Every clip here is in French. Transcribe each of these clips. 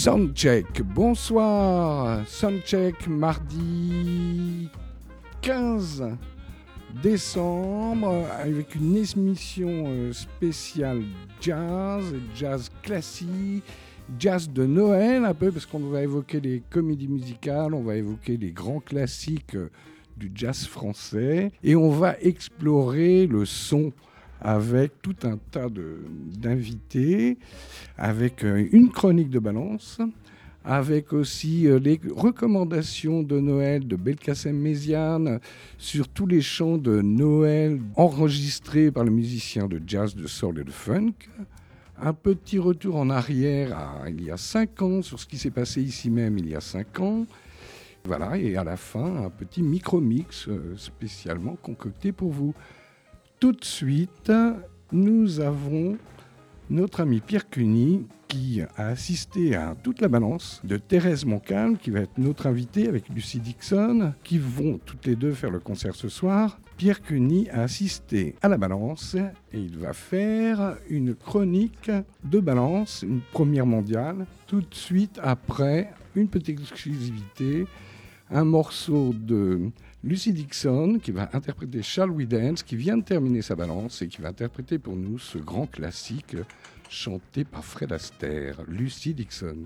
Soundcheck, bonsoir. Soundcheck, mardi 15 décembre, avec une émission spéciale jazz classique, jazz de Noël un peu, parce qu'on va évoquer les comédies musicales, on va évoquer les grands classiques du jazz français, et on va explorer le son avec tout un tas d'invités, avec une chronique de balance, avec aussi les recommandations de Noël de Belkacem Méziane sur tous les chants de Noël enregistrés par le musicien de jazz, de soul et de funk. Un petit retour en arrière il y a 5 ans sur ce qui s'est passé ici même il y a 5 ans. Voilà, et à la fin, un petit micro-mix spécialement concocté pour vous. Tout de suite, nous avons notre ami Pierre Cuny qui a assisté à toute la balance de Thérèse Montcalm, qui va être notre invitée avec Lucy Dixon, qui vont toutes les deux faire le concert ce soir. Pierre Cuny a assisté à la balance et il va faire une chronique de balance, une première mondiale, tout de suite après une petite exclusivité, un morceau de Lucy Dixon qui va interpréter Shall We Dance, qui vient de terminer sa balance et qui va interpréter pour nous ce grand classique chanté par Fred Astaire, Lucy Dixon.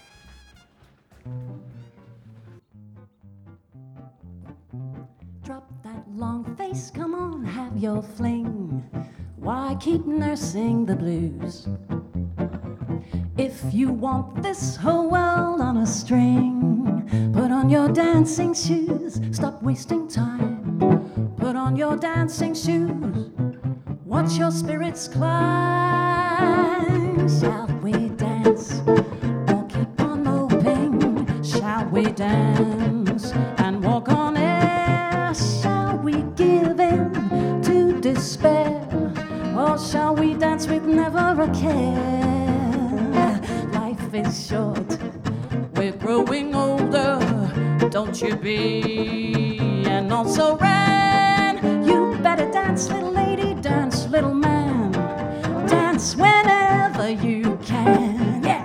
Drop that long face, come on, have your fling. Why keep nursing the blues? If you want this whole world on a string, put on your dancing shoes, stop wasting time. Put on your dancing shoes, watch your spirits climb. Shall we dance or keep on moping? Shall we dance and walk on air? Shall we give in to despair? Or shall we dance with never a care? Life is short, we're growing older, don't you be? And also Ren, you better dance, little lady, dance, little man, dance whenever you can. Yeah.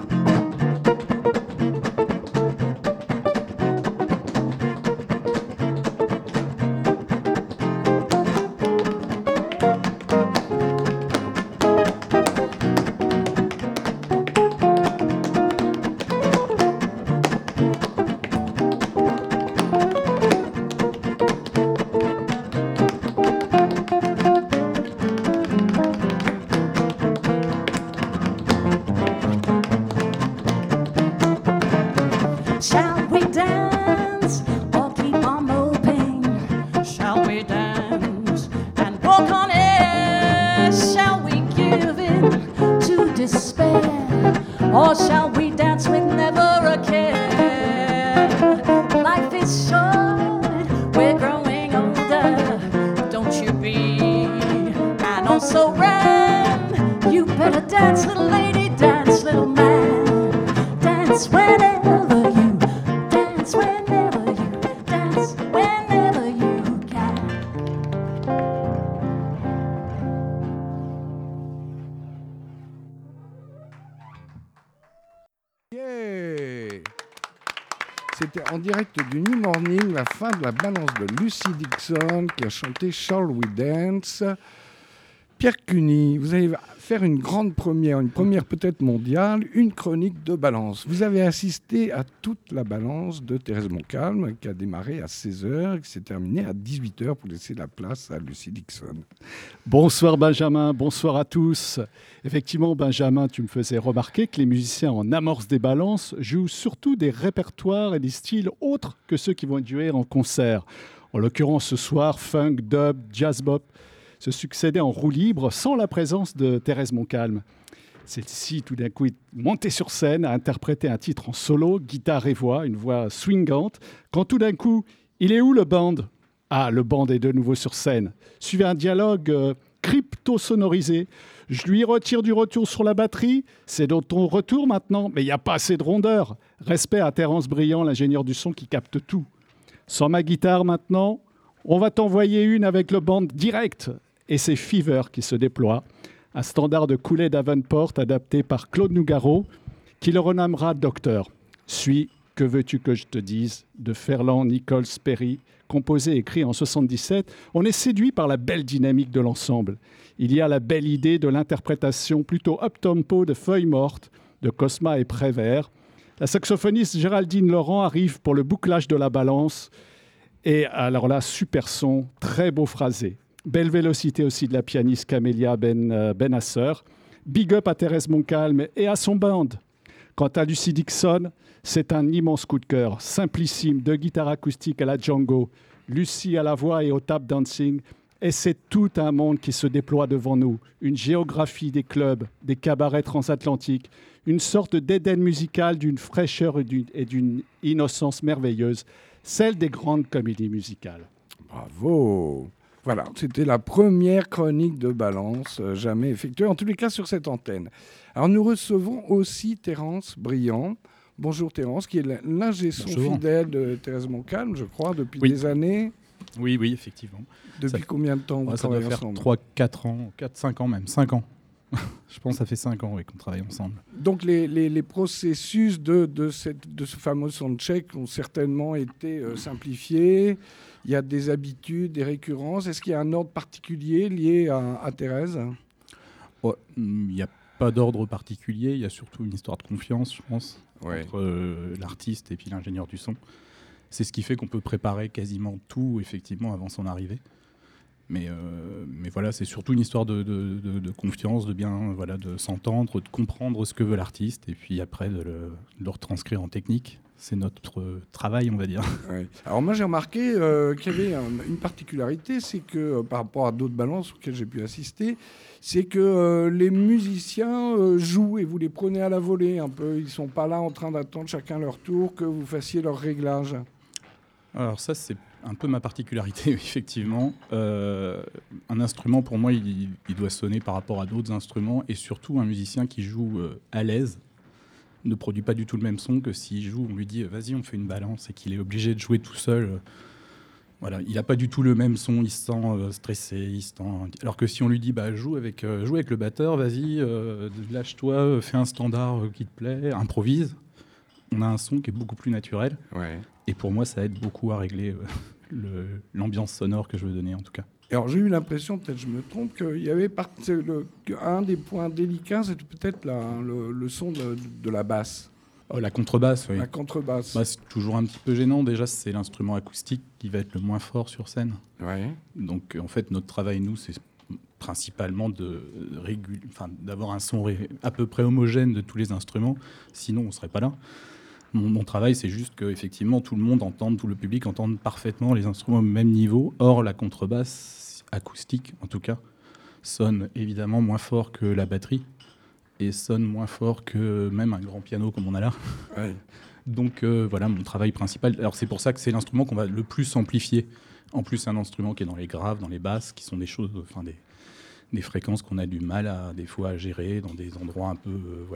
C'était en direct du New Morning, la fin de la balance de Lucy Dixon qui a chanté Shall We Dance. Pierre Cuny, vous allez faire une grande première, une première peut-être mondiale, une chronique de balance. Vous avez assisté à toute la balance de Thérèse Montcalm qui a démarré à 16h et qui s'est terminée à 18h pour laisser la place à Lucy Dixon. Bonsoir Benjamin, bonsoir à tous. Effectivement Benjamin, tu me faisais remarquer que les musiciens en amorce des balances jouent surtout des répertoires et des styles autres que ceux qui vont être joués en concert. En l'occurrence ce soir, funk, dub, jazz bop se succédaient en roue libre sans la présence de Thérèse Montcalm. Celle-ci, tout d'un coup, est montée sur scène, a interprété un titre en solo, guitare et voix, une voix swingante, quand tout d'un coup, il est où le band ? Ah, le band est de nouveau sur scène. Suivait un dialogue crypto-sonorisé. Je lui retire du retour sur la batterie, c'est dans ton retour maintenant, mais il n'y a pas assez de rondeur. Respect à Terence Briand, l'ingénieur du son qui capte tout. Sans ma guitare maintenant, on va t'envoyer une avec le band direct. Et c'est Fever qui se déploie, un standard de Kool-Aid Davenport adapté par Claude Nougaro, qui le renommera docteur. Suis Que veux-tu que je te dise de Ferland Nichols Perry, composé et écrit en 77. On est séduit par la belle dynamique de l'ensemble. Il y a la belle idée de l'interprétation plutôt up-tempo de Feuilles mortes, de Cosma et Prévert. La saxophoniste Géraldine Laurent arrive pour le bouclage de la balance. Et alors là, super son, très beau phrasé. Belle vélocité aussi de la pianiste Camélia Benasser. Big up à Thérèse Moncalme et à son band. Quant à Lucy Dixon, c'est un immense coup de cœur, simplissime, de guitare acoustique à la Django, Lucy à la voix et au tap dancing, et c'est tout un monde qui se déploie devant nous, une géographie des clubs, des cabarets transatlantiques, une sorte d'Éden musical d'une fraîcheur et d'une innocence merveilleuse, celle des grandes comédies musicales. Bravo! Voilà, c'était la première chronique de Balance jamais effectuée, en tous les cas sur cette antenne. Alors nous recevons aussi Terence Briand. Bonjour Terence, qui est l'ingé son fidèle de Thérèse Moncalme, je crois, depuis des années. Oui, effectivement. Depuis combien de temps vous travaillez ensemble ? Ça doit faire 3-4 ans, 4-5 ans même, 5 ans. Je pense que ça fait 5 ans qu'on travaille ensemble. Donc les processus de ce fameux soundcheck ont certainement été simplifiés. Il y a des habitudes, des récurrences. Est-ce qu'il y a un ordre particulier lié à Thérèse ? Il n'y a pas d'ordre particulier, il y a surtout une histoire de confiance, je pense, ouais, entre l'artiste et puis l'ingénieur du son. C'est ce qui fait qu'on peut préparer quasiment tout, effectivement, avant son arrivée. Mais voilà, c'est surtout une histoire de confiance, de s'entendre, de comprendre ce que veut l'artiste, et puis après de le retranscrire en technique. C'est notre travail, on va dire. Ouais. Alors moi, j'ai remarqué qu'il y avait une particularité, c'est que par rapport à d'autres balances auxquelles j'ai pu assister, c'est que les musiciens jouent et vous les prenez à la volée un peu. Ils ne sont pas là en train d'attendre chacun leur tour, que vous fassiez leur réglage. Alors ça, c'est un peu ma particularité, effectivement. Un instrument, pour moi, il doit sonner par rapport à d'autres instruments, et surtout un musicien qui joue à l'aise ne produit pas du tout le même son que s'il joue, on lui dit vas-y, on fait une balance, et qu'il est obligé de jouer tout seul. Voilà, il n'a pas du tout le même son, il se sent stressé, alors que si on lui dit joue avec le batteur, vas-y, lâche-toi, fais un standard qui te plaît, improvise, on a un son qui est beaucoup plus naturel. Ouais. Et pour moi, ça aide beaucoup à régler l'ambiance sonore que je veux donner, en tout cas. Alors j'ai eu l'impression, peut-être je me trompe, qu'il y avait un des points délicats, c'était peut-être le son de la basse. Oh, la contrebasse, oui. La contrebasse. C'est toujours un petit peu gênant. Déjà, c'est l'instrument acoustique qui va être le moins fort sur scène. Ouais. Donc, en fait, notre travail, nous, c'est principalement d'avoir un son à peu près homogène de tous les instruments. Sinon, on ne serait pas là. Mon travail, c'est juste que effectivement, tout le monde entende, tout le public entende parfaitement les instruments au même niveau. Or, la contrebasse acoustique, en tout cas, sonne évidemment moins fort que la batterie et sonne moins fort que même un grand piano comme on a là. Ouais. Donc voilà, mon travail principal. Alors c'est pour ça que c'est l'instrument qu'on va le plus amplifier. En plus, c'est un instrument qui est dans les graves, dans les basses, qui sont des choses, des fréquences qu'on a du mal des fois à gérer dans des endroits un peu,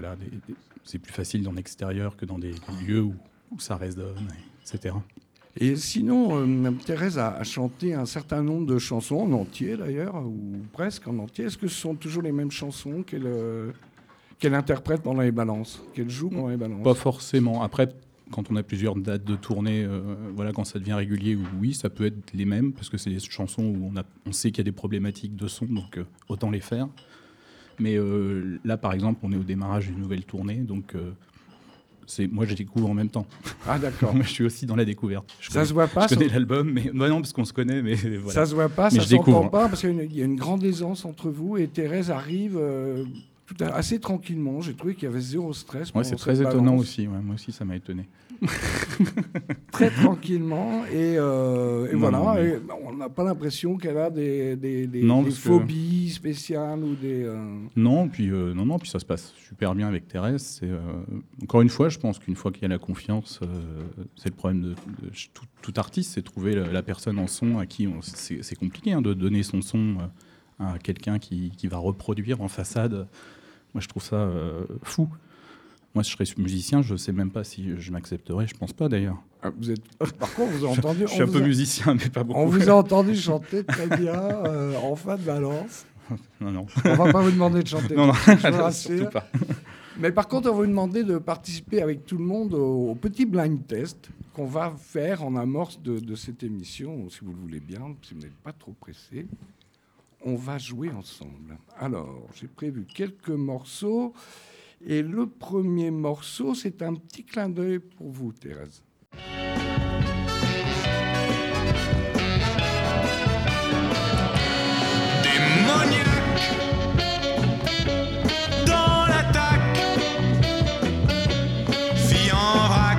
c'est plus facile dans l'extérieur que dans des lieux où ça résonne, etc. Et sinon, Thérèse a chanté un certain nombre de chansons, en entier d'ailleurs, ou presque en entier. Est-ce que ce sont toujours les mêmes chansons qu'elle interprète pendant les balances, qu'elle joue pendant les balances ? Pas forcément. Après, quand on a plusieurs dates de tournée, quand ça devient régulier, oui, ça peut être les mêmes, parce que c'est des chansons où on sait qu'il y a des problématiques de son, donc autant les faire. Mais là, par exemple, on est au démarrage d'une nouvelle tournée, donc moi, je découvre en même temps. Ah, d'accord. Moi, je suis aussi dans la découverte. Se voit pas. Je connais l'album, mais non, parce qu'on se connaît, mais voilà. Ça se voit pas, mais ça s'entend pas, parce qu'il y a une grande aisance entre vous, et Thérèse arrive assez tranquillement. J'ai trouvé qu'il y avait zéro stress. Ouais, c'est très étonnant aussi. Ouais, moi aussi, ça m'a étonné. Très tranquillement, et voilà. Non, mais... Et on n'a pas l'impression qu'elle a des phobies spéciales ou des. Non, puis ça se passe super bien avec Thérèse. Encore une fois, je pense qu'une fois qu'il y a la confiance, c'est le problème de tout artiste, c'est trouver la personne en son à qui c'est compliqué de donner son son à quelqu'un qui va reproduire en façade. Moi, je trouve ça fou. Moi, si je serais musicien, je ne sais même pas si je m'accepterais. Je ne pense pas, d'ailleurs. Ah, par contre, vous avez entendu... Je suis un peu musicien, mais pas beaucoup. On vous a entendu chanter très bien en fin de balance. Non. On ne va pas vous demander de chanter. Non, je vous rassure. surtout pas. Mais par contre, on va vous demander de participer avec tout le monde au petit blind test qu'on va faire en amorce de cette émission, si vous le voulez bien, si vous n'êtes pas trop pressé. On va jouer ensemble. Alors, j'ai prévu quelques morceaux. Et le premier morceau, c'est un petit clin d'œil pour vous, Thérèse. Démoniaque dans l'attaque, fille en vrac,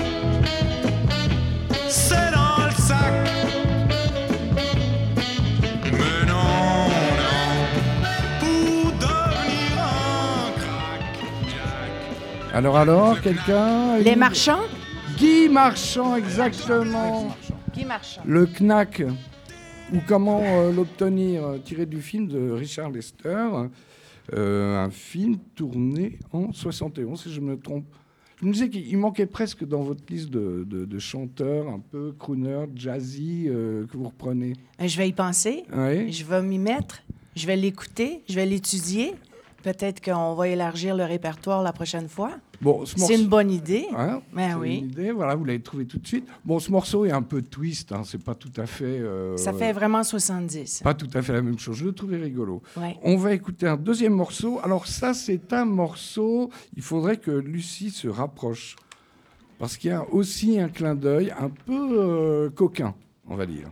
c'est dans le sac. Mais non, pour devenir un crack. Alors, quelqu'un Les Marchands? Guy Marchand, exactement. Guy Marchand. Le Knack, ou comment l'obtenir, tiré du film de Richard Lester, un film tourné en 71, si je me trompe. Je me disais qu'il manquait presque dans votre liste de chanteurs un peu crooner, jazzy, que vous reprenez. Je vais y penser. Oui. Je vais m'y mettre. Je vais l'écouter. Je vais l'étudier. Peut-être qu'on va élargir le répertoire la prochaine fois. Bon, C'est une bonne idée. Hein, Ben c'est oui. une idée, voilà, vous l'avez trouvé tout de suite. Bon, ce morceau est un peu twist, hein, c'est pas tout à fait... Ça fait vraiment 70. Pas tout à fait la même chose, je le trouvais rigolo. Ouais. On va écouter un deuxième morceau. Alors ça, c'est un morceau, il faudrait que Lucie se rapproche. Parce qu'il y a aussi un clin d'œil un peu coquin, on va dire.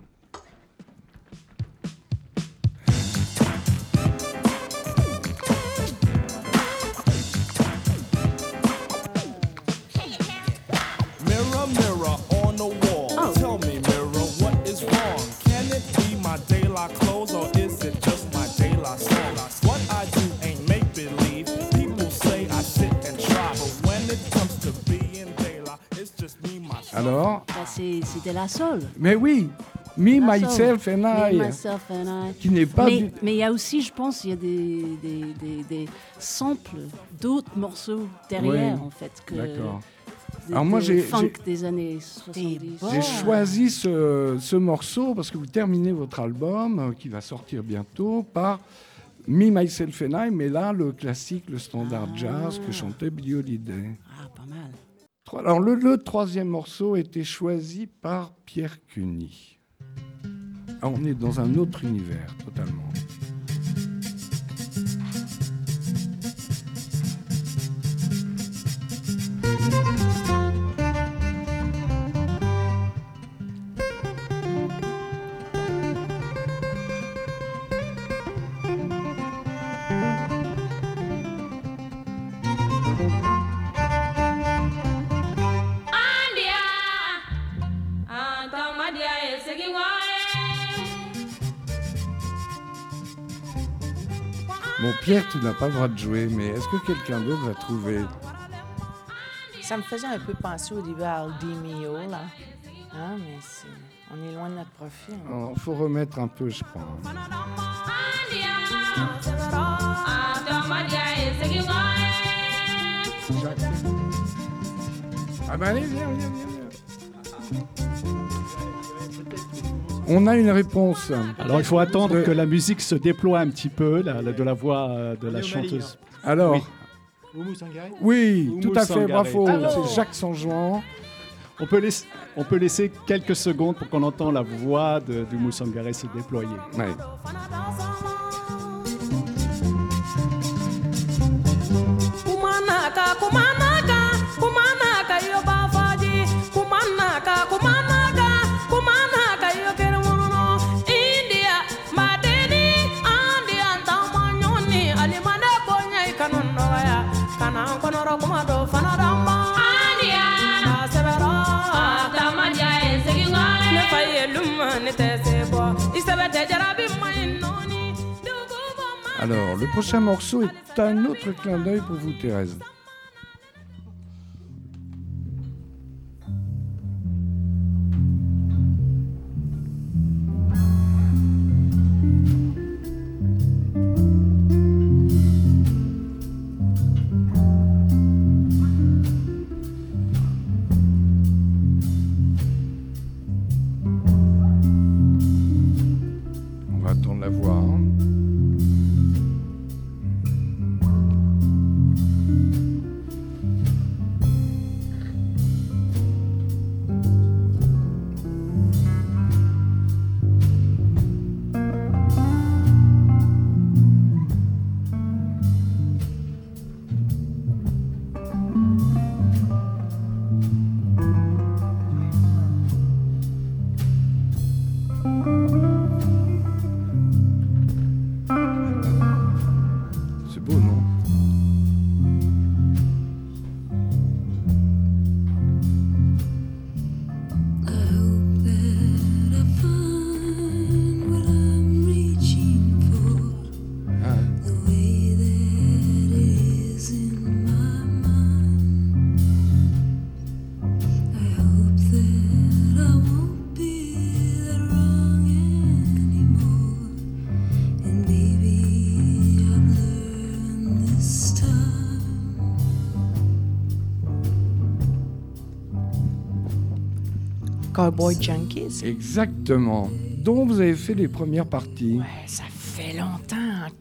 Mirror, mirror on the wall. Tell me, mirror, what is wrong? Can it be my daylight clothes or is it just my daylight song? What I do ain't make believe. People say I sit and try, but when it comes to being daylight, it's just me, myself. Alors, Bah, c'était la soul. mais oui, Me, La Myself soul. and I, Me, myself and I. qui n'est pas du... Mais il y a aussi, je pense, il y a des samples d'autres morceaux derrière, Oui. en fait, que D'accord. des, Alors moi, des j'ai- funk j'ai- des années 70. bon. J'ai choisi ce morceau parce que vous terminez votre album qui va sortir bientôt par Me, Myself and I, mais là, le classique, le standard jazz que chantait Billie Holiday. Ah, pas mal. Alors, le troisième morceau était choisi par Pierre Cuny. Ah, on est dans un autre univers, totalement. Bon, Pierre, tu n'as pas le droit de jouer, mais est-ce que quelqu'un d'autre va trouver? Ça me faisait un peu penser au début à Aldi Mio, là. Hein, mais on est loin de notre profil. hein. Il faut remettre un peu, je crois. Ah ben allez, viens. On a une réponse. Alors il faut attendre que la musique se déploie un petit peu, de la voix de la chanteuse. Alors, Oui. Oumou Sangaré. oui, Oumou tout à fait, Sangaré. bravo. Bravo. C'est Jacques Sanjuan. On peut laisser quelques secondes pour qu'on entende la voix de Moussangaré se déployer. Ouais. Kumanaka, kumanaka, kumanaka, yo bafaji. Kumanaka, kumanaka, kumanaka, yo keremono. India, madeni, andi antamanyoni. Alimane bonya ikanondoya. Kana konoro kumado fanadamba. Andia, asebero. Atamadia esegingale. Ne faye luma ne tesebo. Isebete jarabi mainoni. Alors, le prochain morceau est un autre clin d'œil pour vous, Thérèse. On va attendre la voix. Hein. C'est beau, non? Cowboy Junkies. Exactement. Dont vous avez fait les premières parties. Ouais, ça fait longtemps, en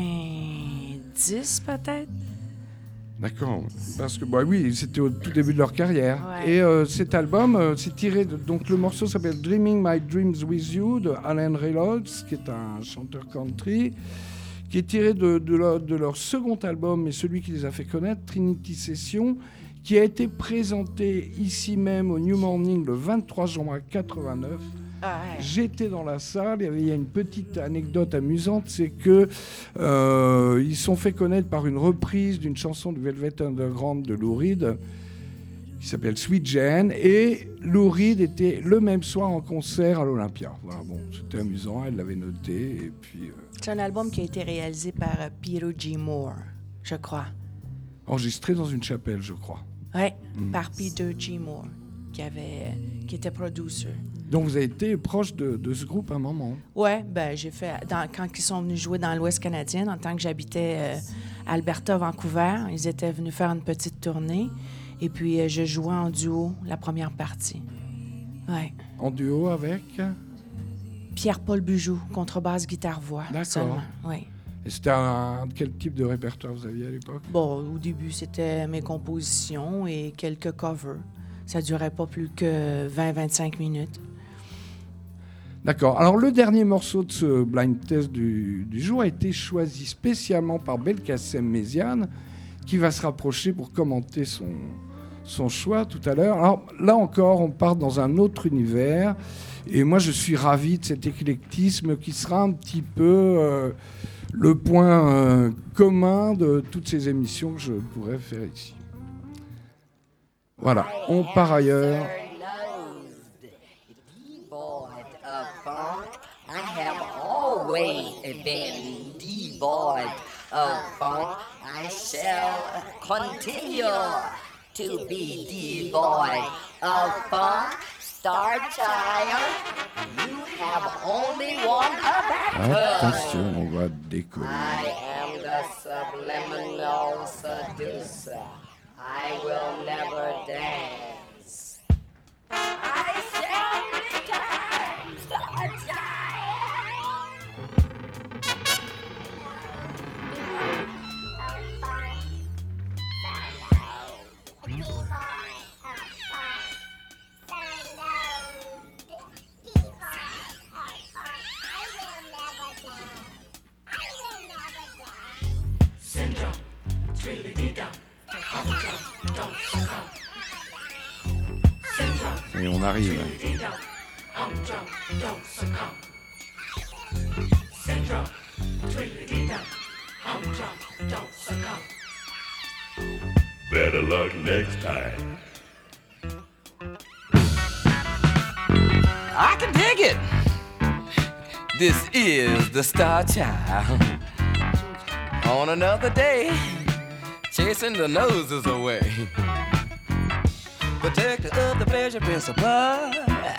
90 peut-être. D'accord. Parce que, bah oui, c'était au tout début de leur carrière. Ouais. Et cet album, c'est tiré de. Donc le morceau s'appelle Dreaming My Dreams With You de Alan Reynolds, qui est un chanteur country, qui est tiré de leur second album, mais celui qui les a fait connaître, Trinity Session, qui a été présenté ici même au New Morning le 23 juin 89. Ah ouais. J'étais dans la salle, il y a une petite anecdote amusante, c'est que ils sont fait connaître par une reprise d'une chanson du Velvet Underground de Lou Reed, qui s'appelle Sweet Jane, et Lou Reed était le même soir en concert à l'Olympia. Voilà, bon, c'était amusant, elle l'avait noté, et puis... C'est un album qui a été réalisé par Peter G. Moore, je crois. enregistré dans une chapelle, je crois. Oui, par Peter G. Moore, qui était producer. Donc vous avez été proche de ce groupe à un moment. Oui, ben j'ai fait... quand ils sont venus jouer dans l'Ouest canadien, en tant que j'habitais à Alberta, Vancouver, ils étaient venus faire une petite tournée. Et puis, je jouais en duo la première partie. Ouais. En duo avec Pierre-Paul Bujoux, contrebasse, guitare-voix. D'accord. Seulement. Oui. Et c'était quel type de répertoire vous aviez à l'époque? Bon, au début, c'était mes compositions et quelques covers. Ça durait pas plus que 20-25 minutes. D'accord. Alors, le dernier morceau de ce blind test du jour a été choisi spécialement par Belkacem Méziane, qui va se rapprocher pour commenter son choix tout à l'heure. Alors, là encore, on part dans un autre univers. Et moi, je suis ravi de cet éclectisme qui sera un petit peu le point commun de toutes ces émissions que je pourrais faire ici. Voilà, on part ailleurs. I have always been devoid of funk. I shall continue to be devoid of funk. Star Child, you have only one attacker. Attention, on va décoller. I am the subliminal seducer. I will never dance. I shall return, Star Child. Et on arrive. Better luck next time. I can dig it. This is the Star Child. On another day, chasing the noses away. Protector of the pleasure principle.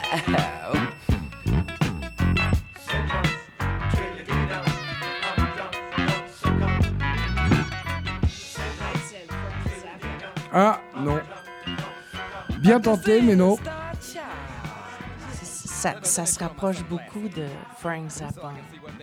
Ah, non. Bien tenté, mais non. Ça se rapproche beaucoup de Frank Zappa.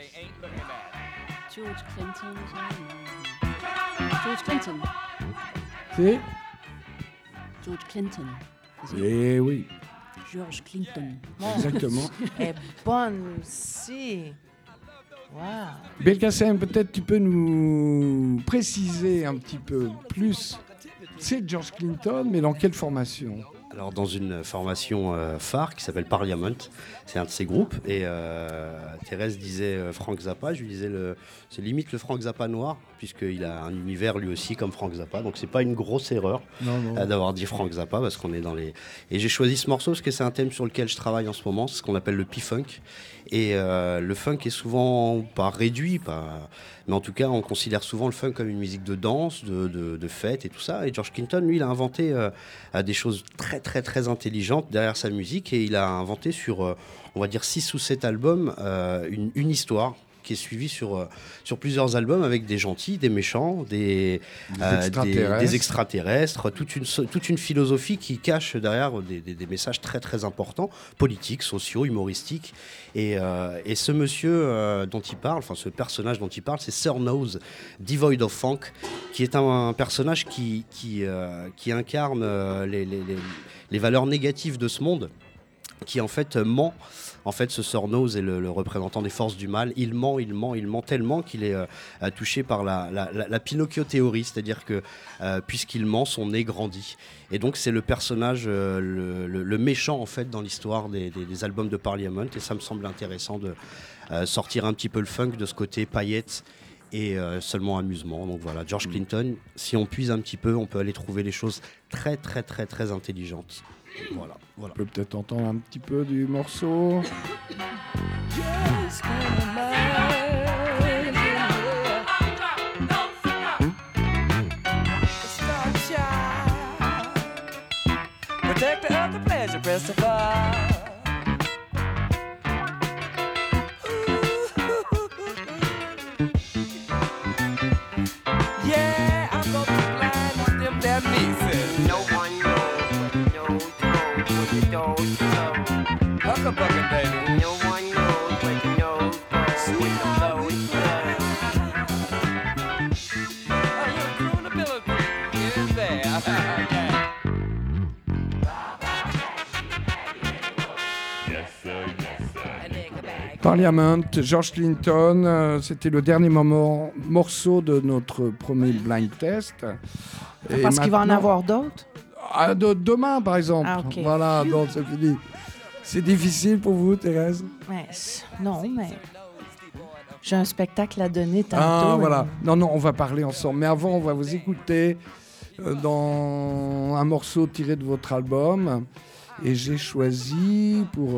George Clinton. George Clinton. C'est George Clinton. Eh oui, George Clinton. exactement. Elle est bonne aussi. Wow. Belkacem, peut-être tu peux nous préciser un petit peu plus. C'est George Clinton, mais dans quelle formation? Alors dans une formation phare qui s'appelle Parliament, c'est un de ces groupes. Et Thérèse disait Frank Zappa, je lui disais c'est limite le Frank Zappa noir, puisqu'il a un univers lui aussi comme Frank Zappa. Donc c'est pas une grosse erreur d'avoir dit Frank Zappa, parce qu'on est dans les... Et j'ai choisi ce morceau parce que c'est un thème sur lequel je travaille en ce moment, c'est ce qu'on appelle le P-Funk. Et le funk est souvent pas réduit, mais en tout cas on considère souvent le funk comme une musique de danse, de fête et tout ça. Et George Clinton, lui, il a inventé des choses très très très intelligentes derrière sa musique, et il a inventé sur, on va dire 6 ou 7 albums, une histoire qui est suivie sur plusieurs albums, avec des gentils, des méchants, des extraterrestres, toute une philosophie qui cache derrière des messages très très importants, politiques, sociaux, humoristiques. Et ce monsieur dont il parle, enfin ce personnage dont il parle, c'est Sir Nose, Devoid of Funk, qui est un personnage qui incarne les valeurs négatives de ce monde, qui en fait ment. En fait, ce Sir Nose est le représentant des forces du mal. Il ment tellement qu'il est touché par la Pinocchio théorie, c'est-à-dire que puisqu'il ment, son nez grandit. Et donc c'est le personnage, le méchant en fait dans l'histoire des albums de Parliament. Et ça me semble intéressant de sortir un petit peu le funk de ce côté paillettes et seulement amusement. Donc voilà, George Clinton, si on puise un petit peu, on peut aller trouver les choses très très très très intelligentes. Voilà. On peut peut-être entendre un petit peu du morceau. Protector of the pleasure, Christopher. Yeah, I'm gonna be blind with them damn nieces. No one knows what you don't know. Huckabucket, baby. No one knows what you know. Sweet low, a little croonability is there. Yeah. Parliament, George Clinton, c'était le dernier morceau de notre premier blind test. Parce qu'il va en avoir d'autres? Demain, par exemple. Ah, okay. Voilà, donc c'est fini. C'est difficile pour vous, Thérèse? Non, mais j'ai un spectacle à donner tantôt. Ah, voilà. Non, on va parler ensemble. Mais avant, on va vous écouter dans un morceau tiré de votre album. Et j'ai choisi, pour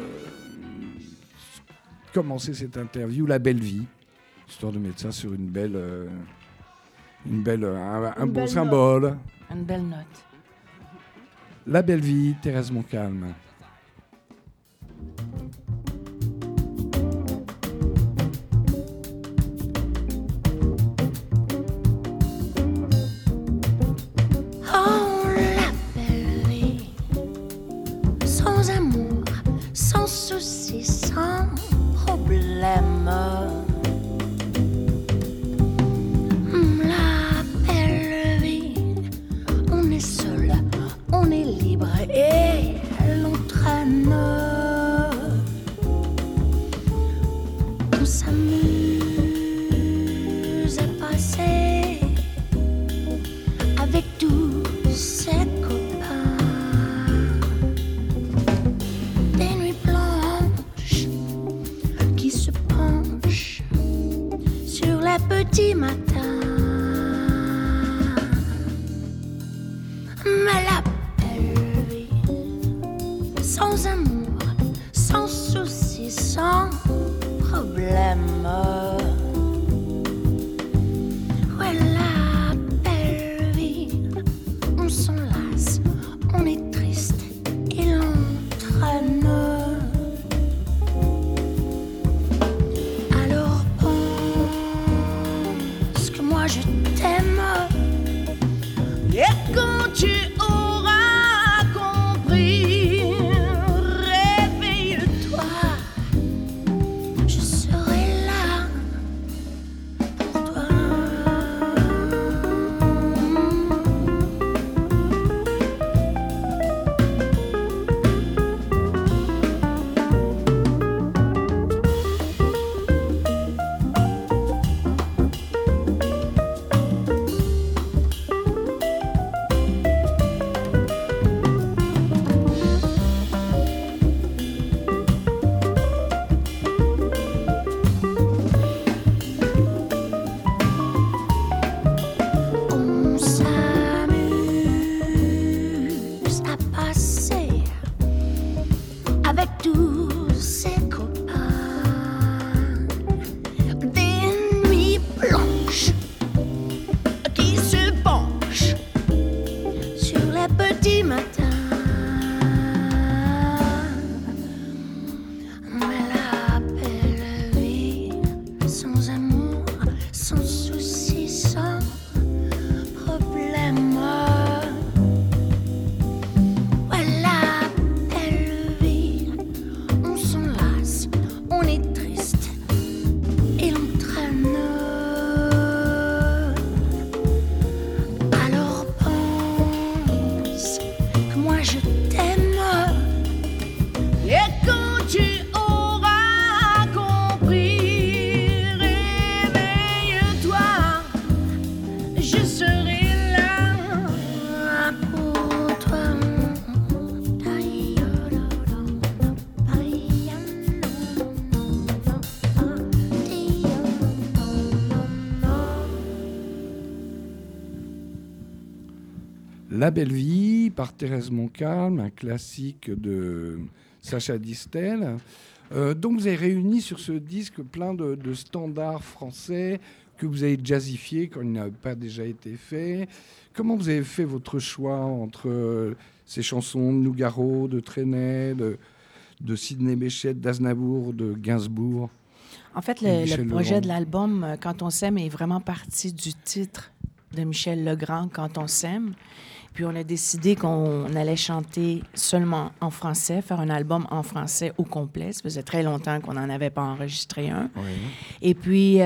commencer cette interview, La Belle Vie, histoire de mettre ça sur un bon symbole. Une belle note. La Belle Vie, Thérèse Montcalm. Oh, la belle vie, sans amour, sans souci, sans problème. La belle vie, on est seul, on est libre et l'entraîne. On s'amuse à passer avec tous ses copains. Des nuits blanches qui se penchent sur les petits matins. Mais la belle vie, sans amour, sans souci, sans problème. Ouais, la belle vie, on s'enlace, on est triste et l'entraîne. Alors pense que moi La Belle Vie par Thérèse Montcalm, un classique de Sacha Distel. Donc vous avez réuni sur ce disque plein de standards français que vous avez jazzifiés quand il n'a pas déjà été fait. Comment vous avez fait votre choix entre ces chansons de Nougaro, de Trenet, de Sidney Bechet, d'Aznavour, de Gainsbourg? En fait, Michel le projet Legrand. de l'album Quand on s'aime est vraiment parti du titre de Michel Legrand, Quand on s'aime. Puis on a décidé qu'on allait chanter seulement en français, faire un album en français au complet. Ça faisait très longtemps qu'on n'en avait pas enregistré un. Oui. Et puis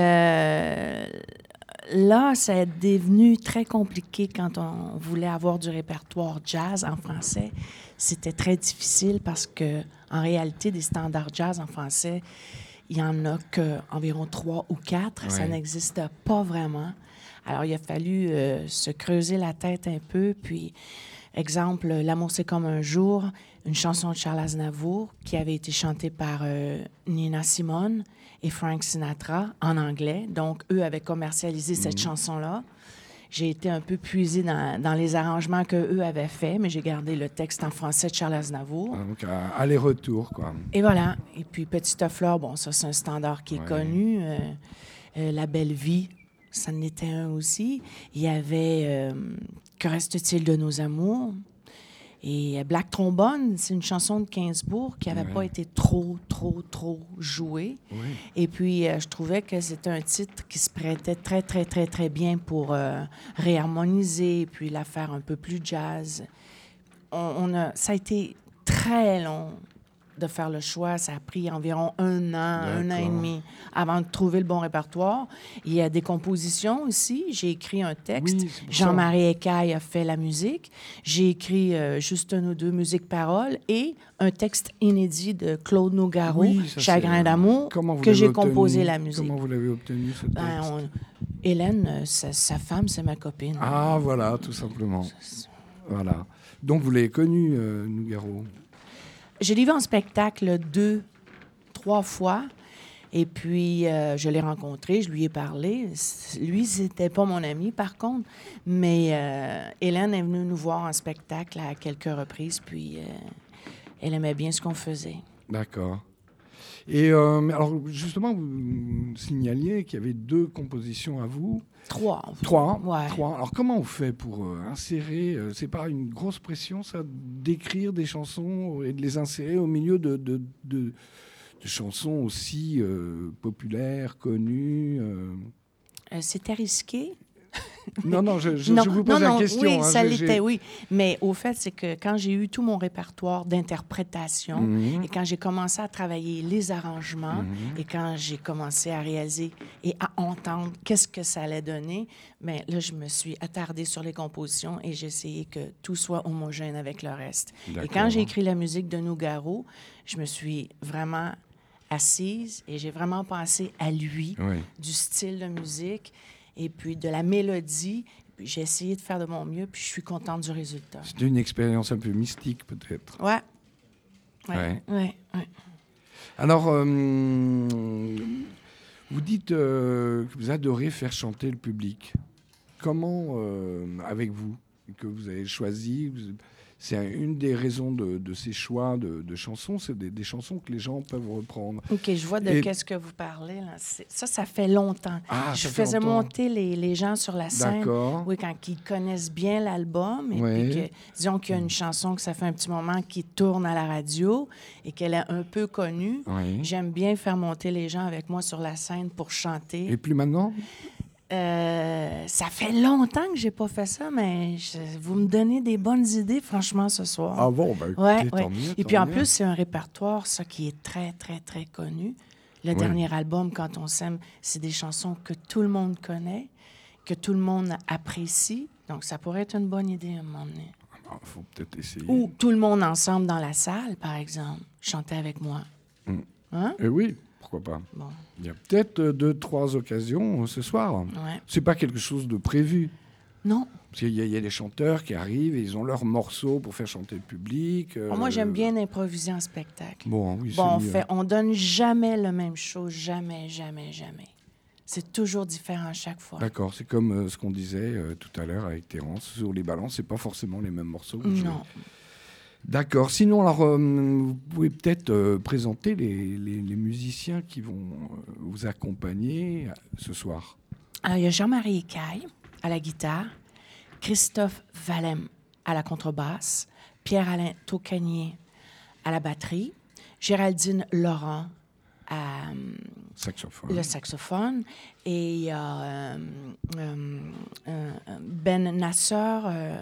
là, ça est devenu très compliqué quand on voulait avoir du répertoire jazz en français. C'était très difficile parce que, en réalité, des standards jazz en français, il n'y en a qu'environ 3 ou 4. Ouais. Ça n'existe pas vraiment. Alors, il a fallu se creuser la tête un peu. Puis, exemple, L'amour, c'est comme un jour, une chanson de Charles Aznavour qui avait été chantée par Nina Simone et Frank Sinatra en anglais. Donc, eux avaient commercialisé cette chanson-là. J'ai été un peu puisée dans les arrangements qu'eux avaient faits, mais j'ai gardé le texte en français de Charles Aznavour. Donc, aller-retour, quoi. Et voilà. Et puis, Petite fleur, bon, ça, c'est un standard qui est connu. La Belle Vie, ça en était un aussi. Il y avait Que reste-t-il de nos amours? Et Black Trombone, c'est une chanson de Gainsbourg qui n'avait pas été trop jouée. Oui. Et puis, je trouvais que c'était un titre qui se prêtait très, très, très, très bien pour réharmoniser, puis la faire un peu plus jazz. Ça a été très long de faire le choix. Ça a pris environ un an et demi avant de trouver le bon répertoire. Il y a des compositions aussi. J'ai écrit un texte. Oui, c'est pour Jean-Marie Écaille a fait la musique. J'ai écrit juste un ou deux musiques-paroles et un texte inédit de Claude Nougaro, Oui, ça, Chagrin c'est- d'amour, Comment vous que l'avez j'ai obtenu? composé la musique. Comment vous l'avez obtenu, ce texte? Hélène, sa femme, c'est ma copine. Ah, voilà, tout simplement. Voilà. Donc, vous l'avez connu, Nougaro? Je l'ai vu en spectacle 2-3 fois. Et puis, je l'ai rencontré, je lui ai parlé. Lui, c'était pas mon ami, par contre. Mais Hélène est venue nous voir en spectacle à quelques reprises. Puis, elle aimait bien ce qu'on faisait. D'accord. Et alors, justement, vous signaliez qu'il y avait 2 compositions à vous. 3. 3. Ouais. 3. Alors, comment on fait pour insérer c'est pas une grosse pression, ça, d'écrire des chansons et de les insérer au milieu de chansons aussi populaires, connues C'était risqué. Non, je vous pose la question. Oui, hein, ça l'était, oui. Mais au fait, c'est que quand j'ai eu tout mon répertoire d'interprétation et quand j'ai commencé à travailler les arrangements et quand j'ai commencé à réaliser et à entendre qu'est-ce que ça allait donner, bien là, je me suis attardée sur les compositions et j'ai essayé que tout soit homogène avec le reste. Et quand j'ai écrit la musique de Nougaro, je me suis vraiment assise et j'ai vraiment pensé à lui, du style de musique et puis de la mélodie. Puis j'ai essayé de faire de mon mieux, puis je suis contente du résultat. C'était une expérience un peu mystique, peut-être. Ouais. Ouais. Alors, vous dites que vous adorez faire chanter le public. Comment, avec vous, que vous avez choisi, c'est une des raisons de ces choix de chansons, c'est des chansons que les gens peuvent reprendre. OK, je vois de qu'est-ce que vous parlez. Là. Ça fait longtemps. Ah, je ça fait faisais longtemps. monter les gens sur la scène. D'accord. Oui, quand ils connaissent bien l'album. Et Ouais. puis que, disons qu'il y a une chanson que ça fait un petit moment qui tourne à la radio et qu'elle est un peu connue. Oui. J'aime bien faire monter les gens avec moi sur la scène pour chanter. Et plus maintenant? Ça fait longtemps que j'ai pas fait ça, mais vous me donnez des bonnes idées, franchement, ce soir. Ah bon, ben écoutez, Ouais. tant mieux. Et tant puis en mieux. plus, c'est un répertoire, ça, qui est très, très, très connu. Le dernier album, Quand on s'aime, c'est des chansons que tout le monde connaît, que tout le monde apprécie. Donc, ça pourrait être une bonne idée à un moment donné. Il faut peut-être essayer. Ou tout le monde ensemble dans la salle, par exemple, chanter avec moi. Hein? Et oui, pourquoi pas. Bon. Il y a peut-être 2-3 occasions ce soir. Ouais. C'est pas quelque chose de prévu. Non. Parce qu'il y a des chanteurs qui arrivent et ils ont leurs morceaux pour faire chanter le public. Moi, j'aime bien improviser en spectacle. Bon, oui, Bon, c'est mieux. on donne jamais la même chose. Jamais, jamais, jamais. C'est toujours différent à chaque fois. D'accord, c'est comme ce qu'on disait tout à l'heure avec Terence. Sur les balances, c'est pas forcément les mêmes morceaux. Non. D'accord. Sinon, alors, vous pouvez peut-être présenter les musiciens qui vont vous accompagner ce soir. Alors, il y a Jean-Marie Écaille à la guitare, Christophe Valem à la contrebasse, Pierre-Alain Taucanier à la batterie, Géraldine Laurent à le saxophone, et il y a Ben Nasser,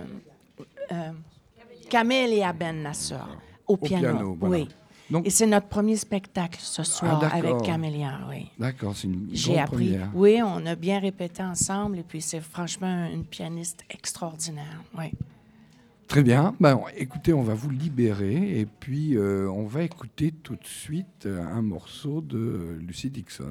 Camélia Ben Nasser au piano. Voilà. Oui. Donc, et c'est notre premier spectacle ce soir avec Camélia. Oui. D'accord, c'est une J'ai grande appris. première. Oui, on a bien répété ensemble et puis c'est franchement une pianiste extraordinaire. Oui. Très bien. Ben, écoutez, on va vous libérer et puis on va écouter tout de suite un morceau de Lucy Dixon.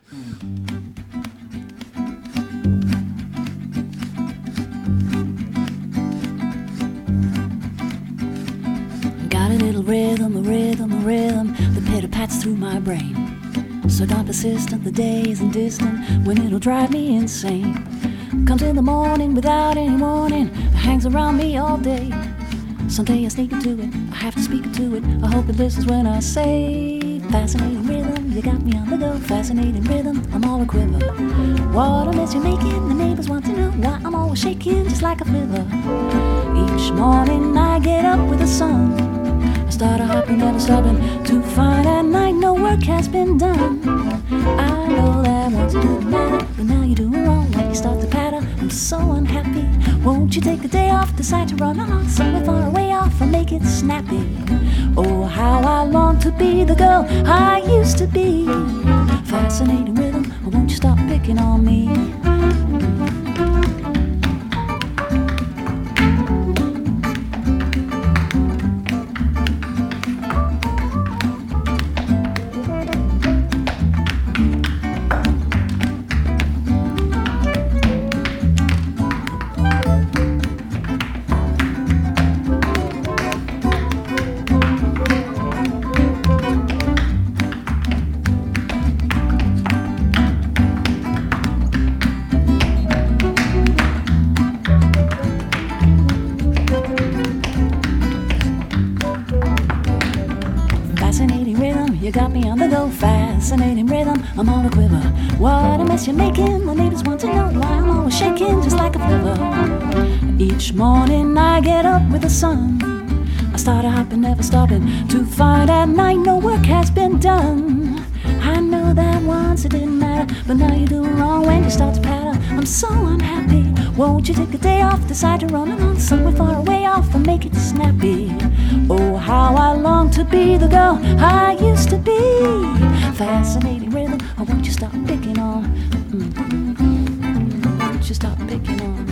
Got a little rhythm, a rhythm, a rhythm that pitter-pats through my brain. So darn persistent, the day isn't distant when it'll drive me insane. Comes in the morning without any warning, hangs around me all day. Someday I sneak into it, I have to speak into it. I hope it listens when I say, fascinating rhythm, you got me on the go. Fascinating rhythm, I'm all a quiver. What a mess you're making, the neighbors want to know why I'm always shaking just like a flivver. Each morning I get up with the sun. I start a hopping, never stopping, to find at night no work has been done. I know that once it didn't matter, but now you're doing wrong when you start to patter. I'm so unhappy. Won't you take a day off, decide to run along somewhere far away off and make it snappy? Oh, how I long to be the girl I used to be. Fascinating rhythm, oh, won't you stop picking on me? Fascinating rhythm, I'm on a quiver. What a mess you're making, the neighbors want to know why I'm always shaking just like a flivver. Each morning I get up with the sun. I start a hopping, never stopping, to find at night no work has been done. I know that once it didn't matter, but now you're doing wrong when you start to patter. I'm so unhappy. Won't you take a day off, decide to run along somewhere far away off and make it snappy? Oh, how I long to be the girl I used to be. Fascinating rhythm, oh, won't you stop picking on? Won't you stop picking on?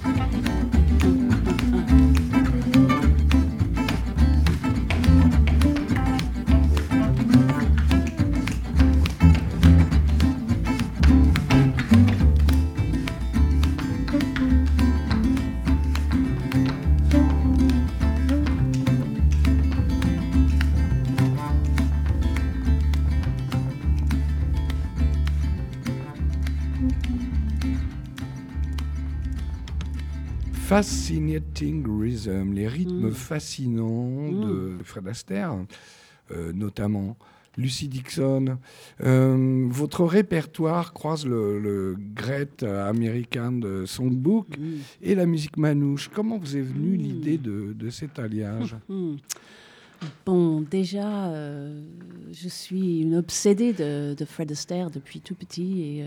Fascinating Rhythm, les rythmes fascinants de Fred Astaire, notamment Lucy Dixon. Votre répertoire croise le Great American Songbook et la musique manouche. Comment vous est venue l'idée de cet alliage? Bon, déjà, je suis une obsédée de Fred Astaire depuis tout petit, et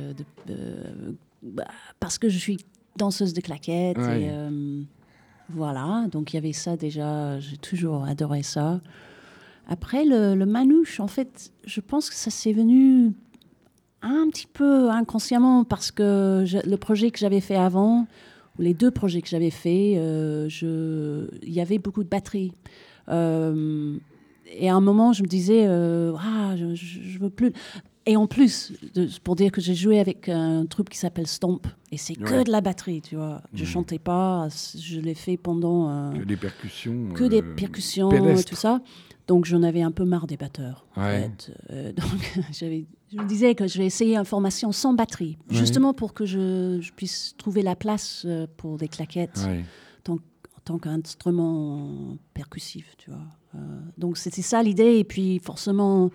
parce que je suis danseuse de claquettes. Ouais. Et voilà, donc il y avait ça déjà, j'ai toujours adoré ça. Après, le manouche, en fait, je pense que ça s'est venu un petit peu inconsciemment, parce que le projet que j'avais fait avant, ou les deux projets que j'avais faits, il y avait beaucoup de batterie. Et à un moment, je me disais, je veux plus. Et en plus, pour dire que j'ai joué avec un troupe qui s'appelle Stomp, et c'est que de la batterie, tu vois. Je chantais pas, je l'ai fait pendant... que des percussions. Que des percussions, pédestres. tout ça. Donc j'en avais un peu marre des batteurs. En Ouais. fait. Donc je me disais que je vais essayer une formation sans batterie, justement pour que je puisse trouver la place pour des claquettes Ouais. en tant qu'instrument percussif, tu vois. Donc c'était ça l'idée. Et puis forcément,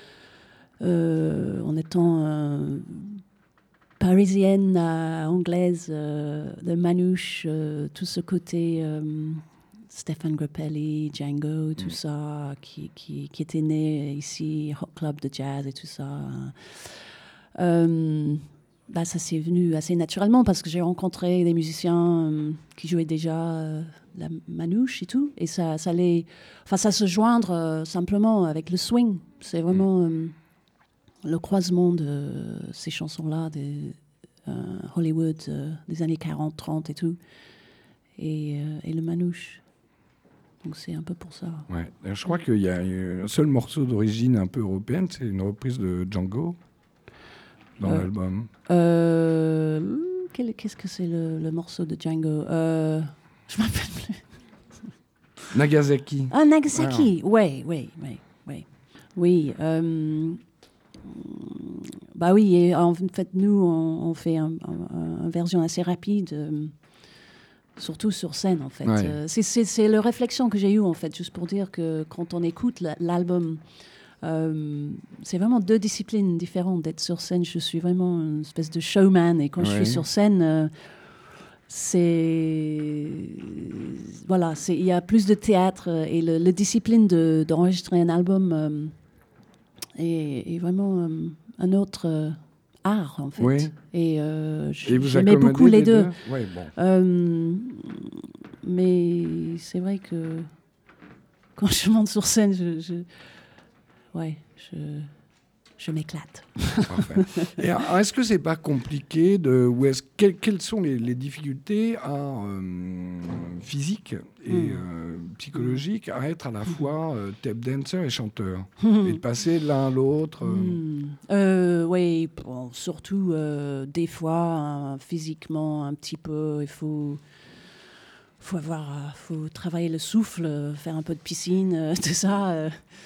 en étant parisienne, anglaise, de Manouche, tout ce côté Stéphane Grappelli, Django, tout ça, qui était né ici, Hot Club de jazz et tout ça. Ça s'est venu assez naturellement parce que j'ai rencontré des musiciens qui jouaient déjà la manouche et tout. Et ça se joindre simplement avec le swing. C'est vraiment le croisement de ces chansons-là, de Hollywood des années 40, 30 et tout. Et le manouche. Donc c'est un peu pour ça. Ouais. Je crois qu'il y a un seul morceau d'origine un peu européenne, c'est une reprise de Django dans l'album. Qu'est-ce que c'est le morceau de Django je ne m'appelle plus. Nagasaki. Ah, Nagasaki, oui. Oui. Bah oui, et en fait, nous, on fait une version assez rapide, surtout sur scène, en fait. Ouais. C'est la réflexion que j'ai eue, en fait, juste pour dire que quand on écoute l'album, c'est vraiment deux disciplines différentes. D'être sur scène, je suis vraiment une espèce de showman, et quand je suis sur scène... il y a plus de théâtre et la discipline d'enregistrer un album est vraiment un autre art en fait. Oui. Et vous j'aimais beaucoup les deux. Ouais, bon. Mais c'est vrai que quand je monte sur scène, je m'éclate. Parfait. Et alors, est-ce que c'est pas compliqué quelles sont les difficultés physiques et psychologiques à être à la fois tape dancer et chanteur et de passer l'un à l'autre Oui, bon, surtout des fois physiquement un petit peu, il faut travailler le souffle, faire un peu de piscine, tout ça.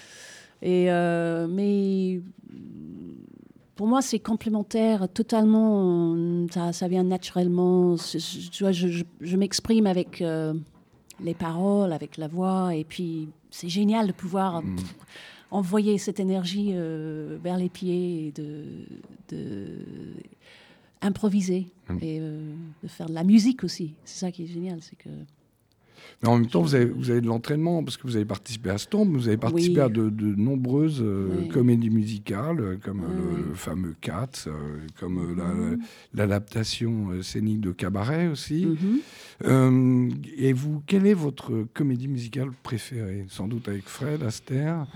Mais pour moi, c'est complémentaire totalement. Ça vient naturellement. Je m'exprime avec les paroles, avec la voix. Et puis, c'est génial de pouvoir envoyer cette énergie vers les pieds et de improviser et de faire de la musique aussi. C'est ça qui est génial. C'est que... Mais en même temps, vous avez de l'entraînement, parce que vous avez participé à Stomp, vous avez participé à de nombreuses comédies musicales, comme le fameux Cats, comme l'adaptation scénique de Cabaret aussi. Et vous, quelle est votre comédie musicale préférée? Sans doute avec Fred Astaire.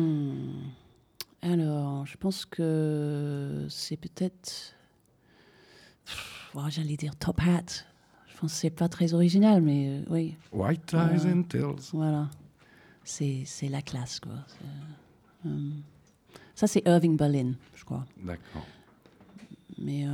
Alors, je pense que c'est peut-être... j'allais dire Top Hat. Je pense que c'est pas très original, mais oui. White Ties and Tails. Voilà. C'est la classe, quoi. Ça, c'est Irving Berlin, je crois. D'accord. Mais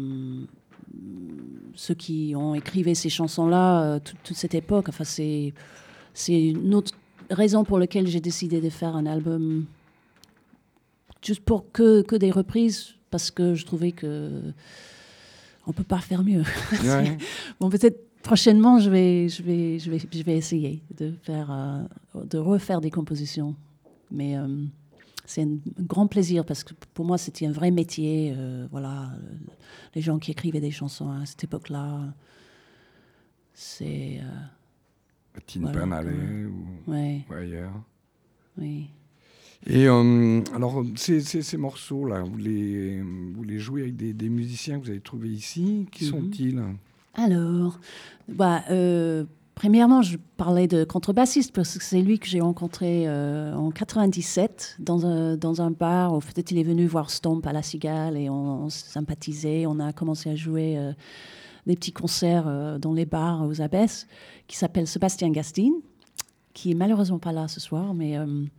ceux qui ont écrivé ces chansons-là, toute cette époque, enfin, c'est une autre raison pour laquelle j'ai décidé de faire un album juste pour que des reprises, parce que je trouvais que on peut pas faire mieux. Ouais. Bon, peut-être prochainement, je vais essayer de refaire des compositions. Mais c'est un grand plaisir parce que pour moi, c'était un vrai métier. Voilà, les gens qui écrivaient des chansons à cette époque-là, c'est... Tin Pan Alley ou ailleurs. Oui. Et alors, ces morceaux-là, vous les jouez avec des musiciens que vous avez trouvés ici. Qui sont-ils? Alors, premièrement, je parlais de contrebassiste parce que c'est lui que j'ai rencontré en 97 dans un bar où peut-être il est venu voir Stomp à La Cigale et on sympathisait. On a commencé à jouer des petits concerts dans les bars aux Abbesses qui s'appelle Sébastien Gastine, qui est malheureusement pas là ce soir, mais...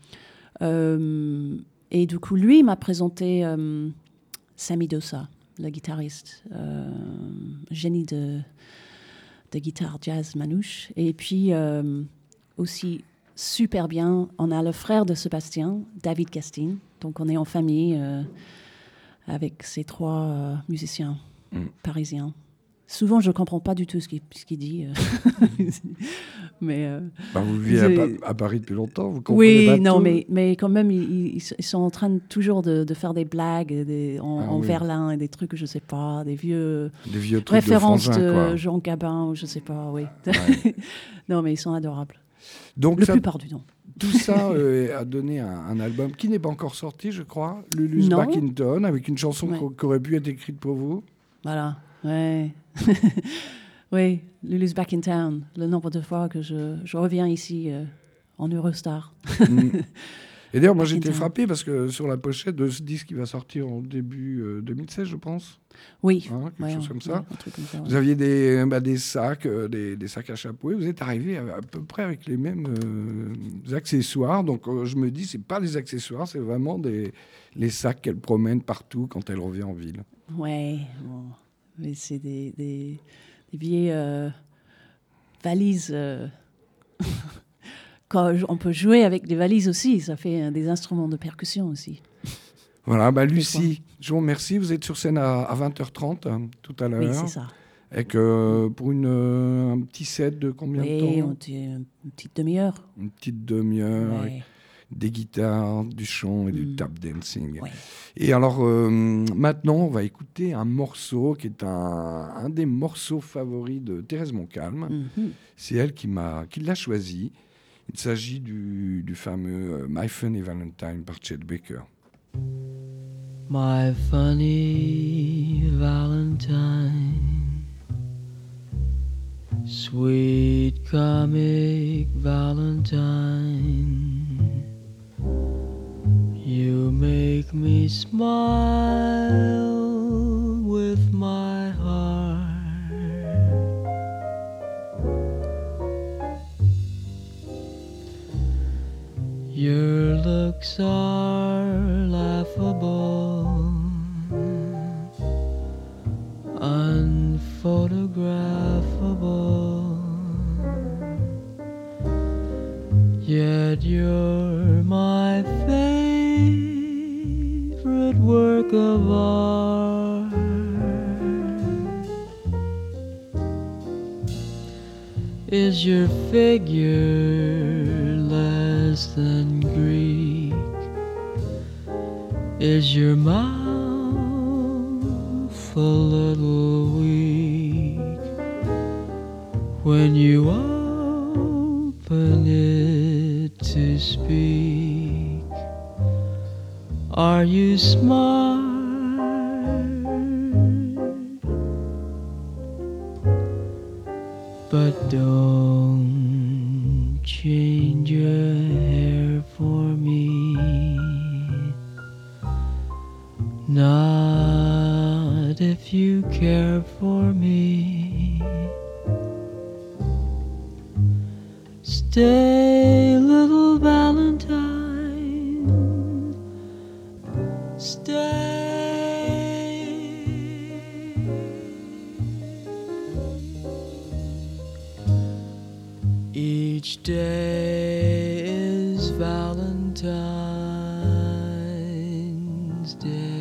et du coup, lui m'a présenté Sami Dossa, le guitariste, génie de guitare jazz manouche. Et puis aussi super bien. On a le frère de Sébastien, David Castine. Donc on est en famille avec ces 3 musiciens parisiens. Souvent, je ne comprends pas du tout ce qu'il dit. Mais, vous vivez à Paris depuis longtemps, vous comprenez pas non, tout. mais quand même, ils sont en train toujours de faire des blagues en verlan et des trucs que je ne sais pas, des vieux trucs références de, frangin, quoi. Jean Gabin, ou je ne sais pas, oui. Ouais. Non, mais ils sont adorables. Donc la plupart du temps. Tout ça a donné un album qui n'est pas encore sorti, je crois, Lulu's Back in Town, avec une chanson qui aurait pu être écrite pour vous. Voilà, ouais. Oui, Lulu's Back in Town, le nombre de fois que je reviens ici en Eurostar. Et d'ailleurs, moi j'étais frappé parce que sur la pochette de ce disque qui va sortir en début 2016, je pense. Oui, quelque chose comme ça. Un truc comme ça, Vous aviez des sacs, des sacs à chapeau, et vous êtes arrivé à peu près avec les mêmes accessoires. Donc je me dis, c'est pas des accessoires, c'est vraiment les sacs qu'elle promène partout quand elle revient en ville. Ouais, bon. Mais c'est des vieilles valises. Quand on peut jouer avec des valises aussi, ça fait des instruments de percussion aussi. Voilà, Lucie, je vous remercie. Vous êtes sur scène à 20h30 tout à l'heure. Oui, c'est ça. Avec pour un petit set de combien de temps? Une petite demi-heure. Une petite demi-heure. Ouais. Des guitares, du chant et du tap dancing. Ouais. Et alors, maintenant, on va écouter un morceau qui est un des morceaux favoris de Thérèse Montcalm. C'est elle qui l'a choisi. Il s'agit du fameux My Funny Valentine par Chet Baker. My funny Valentine, sweet comic Valentine, you make me smile with my heart. Your looks are laughable, unphotographable, yet you're my favorite work of art. Is your figure less than Greek? Is your mouth a little weak when you open it to speak? Are you smart? But don't change your hair for me, not if you care for me. Stay, little Valentine, stay. Each day is Valentine's Day.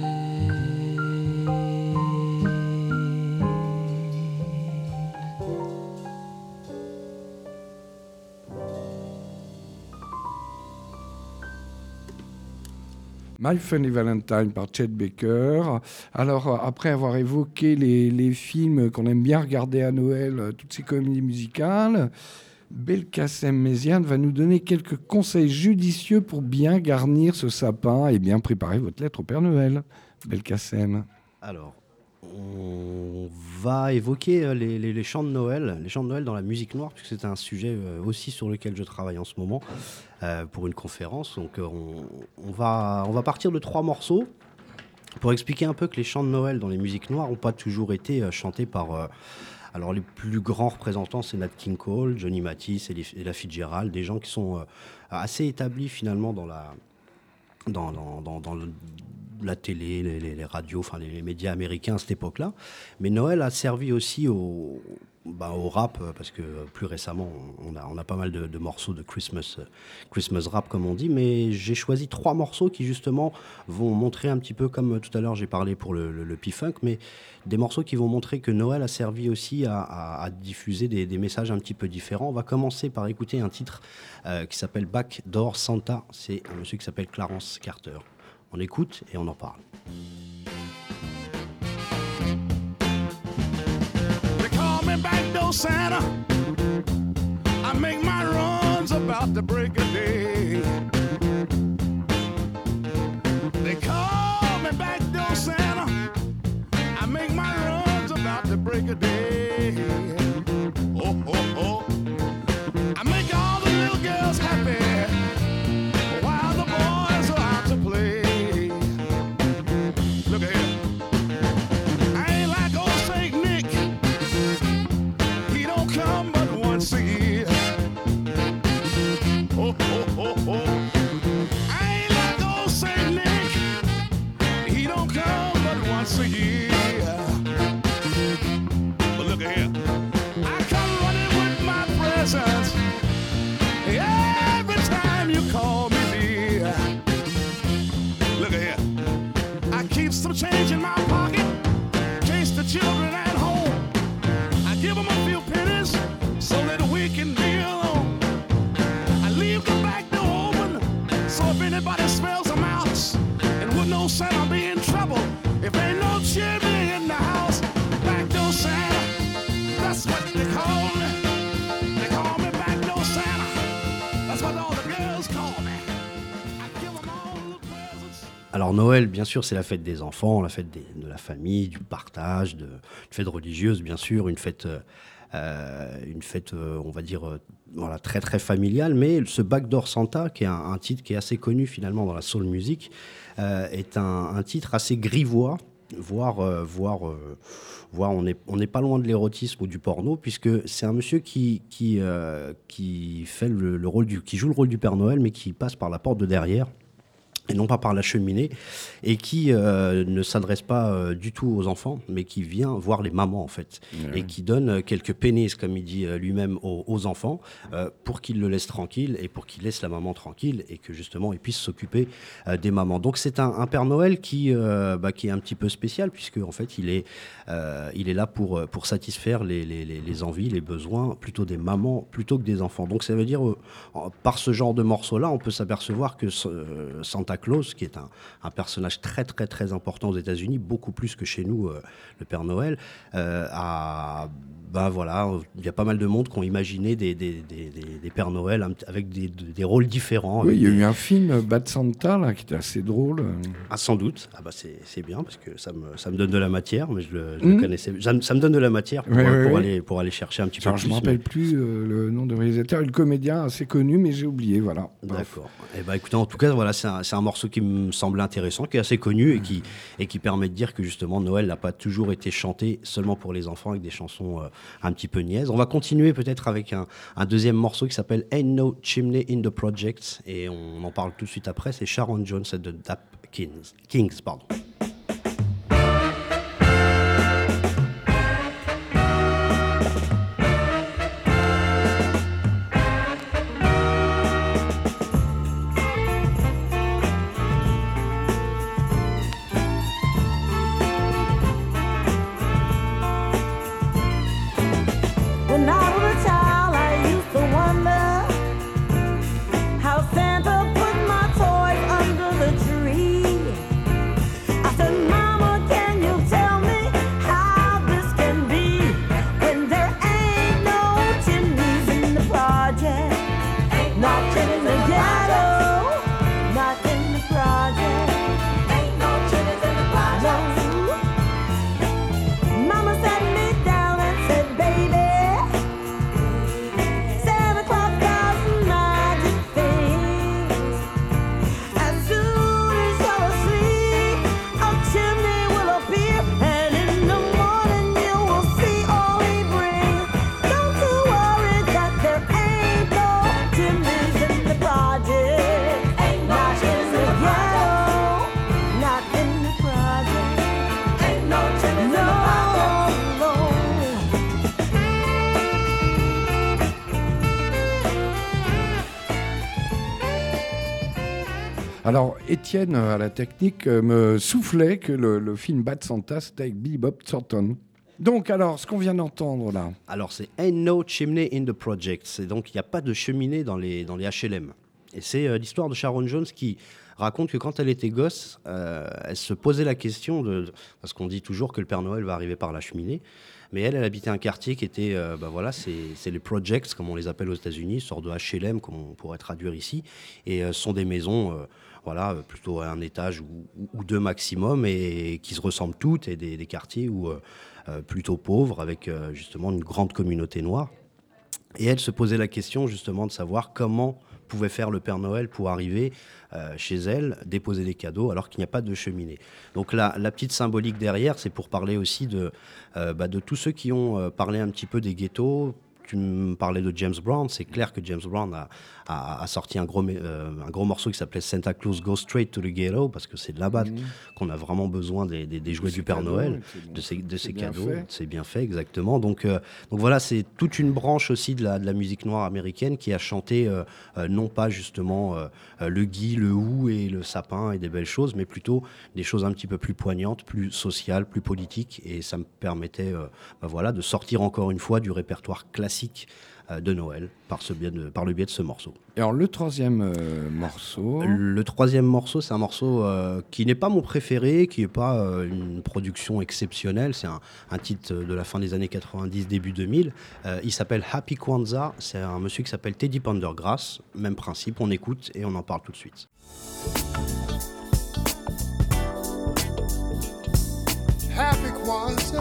My Funny Valentine par Chet Baker. Alors, après avoir évoqué les films qu'on aime bien regarder à Noël, toutes ces comédies musicales, Belkacem Méziane va nous donner quelques conseils judicieux pour bien garnir ce sapin et bien préparer votre lettre au Père Noël. Belkacem. Alors, on va évoquer les chants de Noël, dans la musique noire, puisque c'est un sujet aussi sur lequel je travaille en ce moment pour une conférence. Donc, on va partir de 3 morceaux pour expliquer un peu que les chants de Noël dans les musiques noires n'ont pas toujours été chantés par... alors les plus grands représentants, c'est Nat King Cole, Johnny Mathis et Ella Fitzgerald, des gens qui sont assez établis finalement dans la télé, les radios, enfin les médias américains à cette époque-là. Mais Noël a servi aussi au rap, parce que plus récemment, on a pas mal de morceaux de Christmas rap, comme on dit, mais j'ai choisi 3 morceaux qui, justement, vont montrer un petit peu, comme tout à l'heure, j'ai parlé pour le P-Funk, mais des morceaux qui vont montrer que Noël a servi aussi à diffuser des messages un petit peu différents. On va commencer par écouter un titre qui s'appelle Backdoor Santa. C'est un monsieur qui s'appelle Clarence Carter. On écoute et on en parle. Backdoor Santa, I make my runs about the break of day. They call me Backdoor Santa, I make my runs about the break of day. Oh, oh, oh. I make all the little girls happy while the boys are out to play. Look at here. I ain't like old Saint Nick. Come but once a year. Oh, oh, oh, oh. I ain't like old Saint Nick. He don't come but once a year. But look at here. I come running with my presents every time you call me dear. Look at here. I keep some change in my pocket in case the children at home. I give them a few pennies so that we can be alone. I leave the back door open so if anybody smells a mouse, and with no Santa I'll be in trouble. If ain't no chimney in the house, back door Santa, that's what they call me. They call me back door Santa. That's what all the girls call me. I give them all the presents. Alors Noël, bien sûr, c'est la fête des enfants, la fête de la famille, du partage, une fête religieuse, bien sûr, une fête, on va dire, voilà, très très familiale. Mais ce Backdoor Santa, qui est un titre qui est assez connu finalement dans la soul music, est un titre assez grivois, voire on n'est pas loin de l'érotisme ou du porno, puisque c'est un monsieur qui fait qui joue le rôle du Père Noël, mais qui passe par la porte de derrière. Et non pas par la cheminée, et qui ne s'adresse pas du tout aux enfants, mais qui vient voir les mamans, en fait, et qui donne quelques pénis, comme il dit lui-même, aux enfants, pour qu'ils le laissent tranquille, et pour qu'ils laissent la maman tranquille, et que justement, ils puissent s'occuper des mamans. Donc c'est un Père Noël qui est un petit peu spécial, puisque en fait, il est là pour satisfaire les envies, les besoins, plutôt des mamans, plutôt que des enfants. Donc ça veut dire, par ce genre de morceau-là, on peut s'apercevoir que Santa Claus, qui est un personnage très très très important aux États-Unis, beaucoup plus que chez nous, le Père Noël, voilà, il y a pas mal de monde qui ont imaginé des Pères Noël avec des rôles différents. Oui, il y a eu un film Bad Santa là, qui était assez drôle. Ah, sans doute. Ah, c'est bien parce que ça me donne de la matière, mais je le connaissais. Ça me donne de la matière pour aller chercher un petit peu plus. Je ne me rappelle plus le nom de réalisateur, le comédien assez connu, mais j'ai oublié. Voilà. D'accord. Écoutez, en tout cas, voilà, c'est un morceau qui me semble intéressant, qui est assez connu et qui permet de dire que justement Noël n'a pas toujours été chanté seulement pour les enfants avec des chansons un petit peu niaises. On va continuer peut-être avec un deuxième morceau qui s'appelle Ain't No Chimney in the Project, et on en parle tout de suite après. C'est Sharon Jones et The Dap Kings. When I was a child, I used to wonder how Santa put my toys under the tree. I Alors, Étienne, à la technique, me soufflait que le film Bad Santa, c'était avec Billy Bob Thornton. Donc, alors, ce qu'on vient d'entendre là. Alors, c'est Ain't No Chimney in the Project. C'est donc, il n'y a pas de cheminée dans les HLM. Et c'est l'histoire de Sharon Jones qui raconte que quand elle était gosse, elle se posait la question parce qu'on dit toujours que le Père Noël va arriver par la cheminée. Mais elle habitait un quartier qui était, c'est les projects, comme on les appelle aux États-Unis, une sorte de HLM, comme on pourrait traduire ici. Et ce sont des maisons, plutôt à un étage ou deux maximum, et qui se ressemblent toutes, et des quartiers plutôt pauvres, avec justement une grande communauté noire. Et elle se posait la question justement de savoir comment pouvait faire le Père Noël pour arriver chez elle, déposer des cadeaux alors qu'il n'y a pas de cheminée. Donc la petite symbolique derrière, c'est pour parler aussi de tous ceux qui ont parlé un petit peu des ghettos. Tu me parlais de James Brown, c'est clair que James Brown a sorti un gros morceau qui s'appelait Santa Claus Goes Straight to the Ghetto, parce que c'est de là-bas qu'on a vraiment besoin des jouets du Père Noël, de ces cadeaux. C'est bien fait, exactement. Donc voilà, c'est toute une branche aussi de la musique noire américaine qui a chanté non pas justement le gui, le hou et le sapin et des belles choses, mais plutôt des choses un petit peu plus poignantes, plus sociales, plus politiques. Et ça me permettait de sortir encore une fois du répertoire classique de Noël par le biais de ce morceau. Et alors le troisième morceau. Le troisième morceau, c'est un morceau qui n'est pas mon préféré, qui n'est pas une production exceptionnelle. C'est un titre de la fin des années 90, début 2000. Il s'appelle Happy Kwanzaa. C'est un monsieur qui s'appelle Teddy Pendergrass. Même principe, on écoute et on en parle tout de suite. Happy Kwanzaa.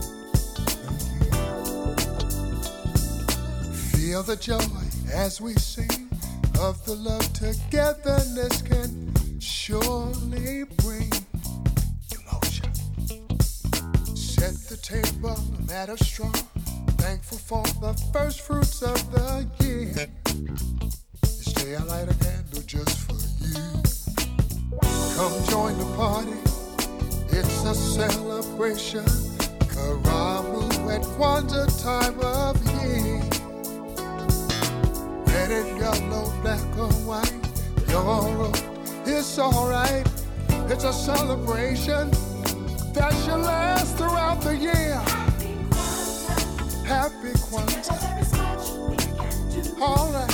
Feel the joy as we sing of the love togetherness can surely bring emotion. Set the table, a matter strong, thankful for the first fruits of the year. This day I light a candle just for you. Come join the party, it's a celebration. Karamu at Kwanzaa time of year. Red and yellow, black or white, young or old, it's alright. It's a celebration that shall last throughout the year. Happy Kwanzaa. Alright.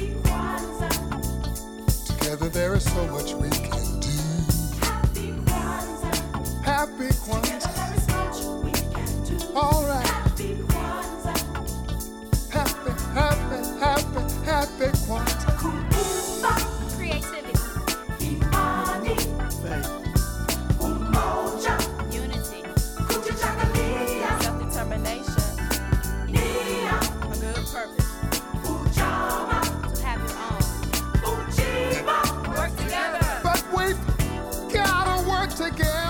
Together there is so much we can do. Happy Kwanzaa. Alright. Happy Kwanzaa. Creativity. Imani. Faith. Umoja. Unity. Kujichagulia. Self-determination. Nia. A good purpose. Ujama. To have your own. Ujiba. Work together. But we've gotta work together.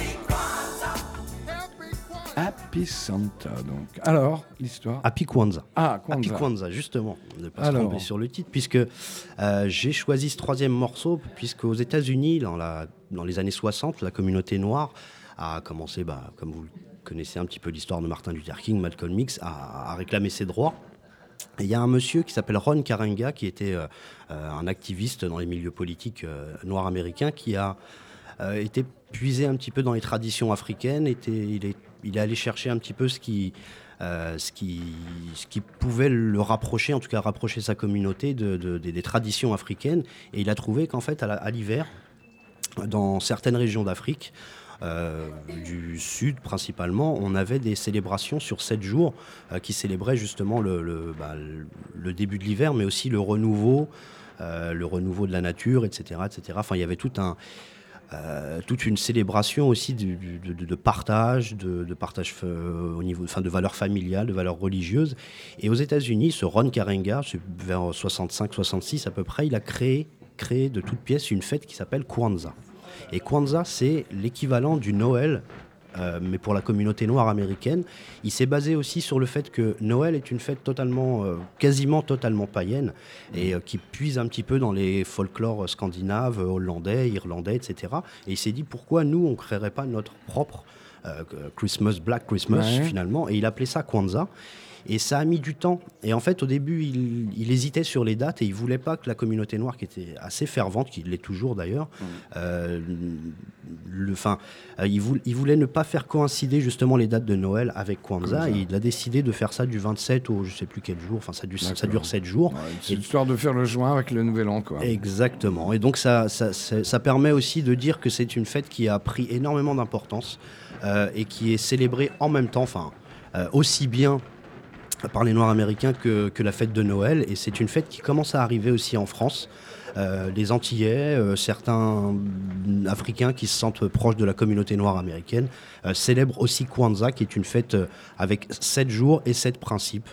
Happy Santa, donc. Alors, l'histoire. Happy Kwanzaa. Ah, Kwanzaa. Happy Kwanzaa, justement. Ne pas se tromper sur le titre, puisque j'ai choisi ce troisième morceau, puisque aux États-Unis, dans les années 60, la communauté noire a commencé, comme vous connaissez un petit peu l'histoire de Martin Luther King, Malcolm X, à réclamer ses droits. Et il y a un monsieur qui s'appelle Ron Karenga, qui était un activiste dans les milieux politiques noirs américains, qui a été puisé un petit peu dans les traditions africaines. Il est allé chercher un petit peu ce qui pouvait le rapprocher, en tout cas rapprocher sa communauté des traditions africaines. Et il a trouvé qu'en fait, à l'hiver, dans certaines régions d'Afrique, du sud principalement, on avait des célébrations sur 7 jours qui célébraient justement le début de l'hiver, mais aussi le renouveau de la nature, etc., etc. Enfin, il y avait toute une célébration aussi de partage, de partage au niveau, de valeurs familiales, de valeurs religieuses. Et aux États-Unis, ce Ron Karenga, vers 65-66 à peu près, il a créé de toutes pièces une fête qui s'appelle Kwanzaa. Et Kwanzaa, c'est l'équivalent du Noël, mais pour la communauté noire américaine. Il s'est basé aussi sur le fait que Noël est une fête quasiment totalement païenne, et qui puise un petit peu dans les folklores scandinaves, hollandais, irlandais, etc. Et il s'est dit, pourquoi nous, on ne créerait pas notre propre Black Christmas, finalement. Et il appelait ça Kwanzaa. Et ça a mis du temps. Et en fait, au début, il hésitait sur les dates et il voulait pas que la communauté noire, qui était assez fervente, qui l'est toujours d'ailleurs, il voulait ne pas faire coïncider justement les dates de Noël avec Kwanzaa. Et il a décidé de faire ça du 27 au je sais plus quel jour. Enfin, ça dure 7 jours. Ouais, c'est l'histoire de faire le joint avec le Nouvel An, quoi. Exactement. Et donc ça permet aussi de dire que c'est une fête qui a pris énormément d'importance et qui est célébrée en même temps, aussi bien par les Noirs américains que la fête de Noël. Et c'est une fête qui commence à arriver aussi en France. Les Antillais, certains Africains qui se sentent proches de la communauté noire américaine, célèbrent aussi Kwanzaa, qui est une fête avec 7 jours et 7 principes,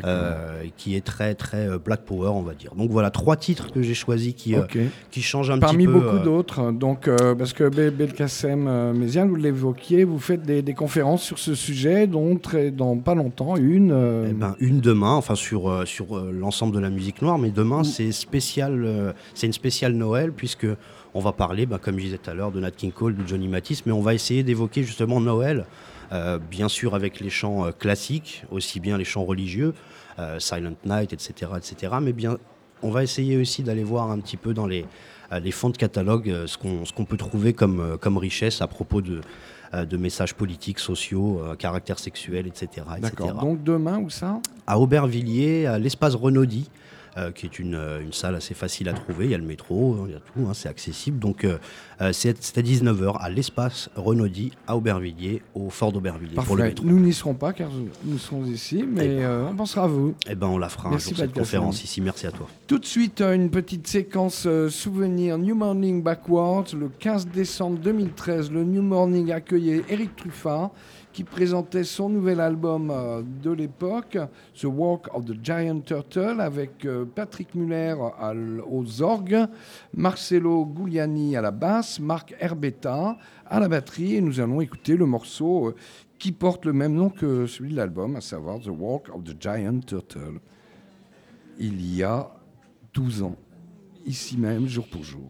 qui est très, très Black Power, on va dire. Donc voilà, 3 titres que j'ai choisis qui changent un Parmi petit peu. Parmi beaucoup d'autres, donc, parce que Belkacem Méziane, vous l'évoquiez, vous faites des conférences sur ce sujet, dont dans pas longtemps, une... Une demain, sur l'ensemble de la musique noire, mais demain, c'est spécial... c'est une spéciale Noël, puisque on va parler, comme je disais tout à l'heure, de Nat King Cole, de Johnny Mathis, mais on va essayer d'évoquer justement Noël, bien sûr avec les chants classiques, aussi bien les chants religieux, Silent Night, etc., mais bien, on va essayer aussi d'aller voir un petit peu dans les fonds de catalogue ce qu'on peut trouver comme richesse à propos de messages politiques, sociaux, caractère sexuel, etc. D'accord, donc demain, où ça ? À Aubervilliers, à l'Espace Renaudie, qui est une salle assez facile à trouver. Il y a le métro, il y a tout, c'est accessible. Donc c'est à 19h à l'Espace Renaudie, à Aubervilliers, au Fort d'Aubervilliers. Pour le métro. Nous n'y serons pas car nous serons ici, mais on pensera à vous. On la fera un jour, cette conférence ici. Merci à toi. Tout de suite, une petite séquence souvenir New Morning Backwards. Le 15 décembre 2013, le New Morning accueillait Eric Truffat, qui présentait son nouvel album de l'époque, The Walk of the Giant Turtle, avec Patrick Muller aux orgues, Marcelo Gugliani à la basse, Marc Herbetta à la batterie, et nous allons écouter le morceau qui porte le même nom que celui de l'album, à savoir The Walk of the Giant Turtle. Il y a 12 ans, ici même, jour pour jour.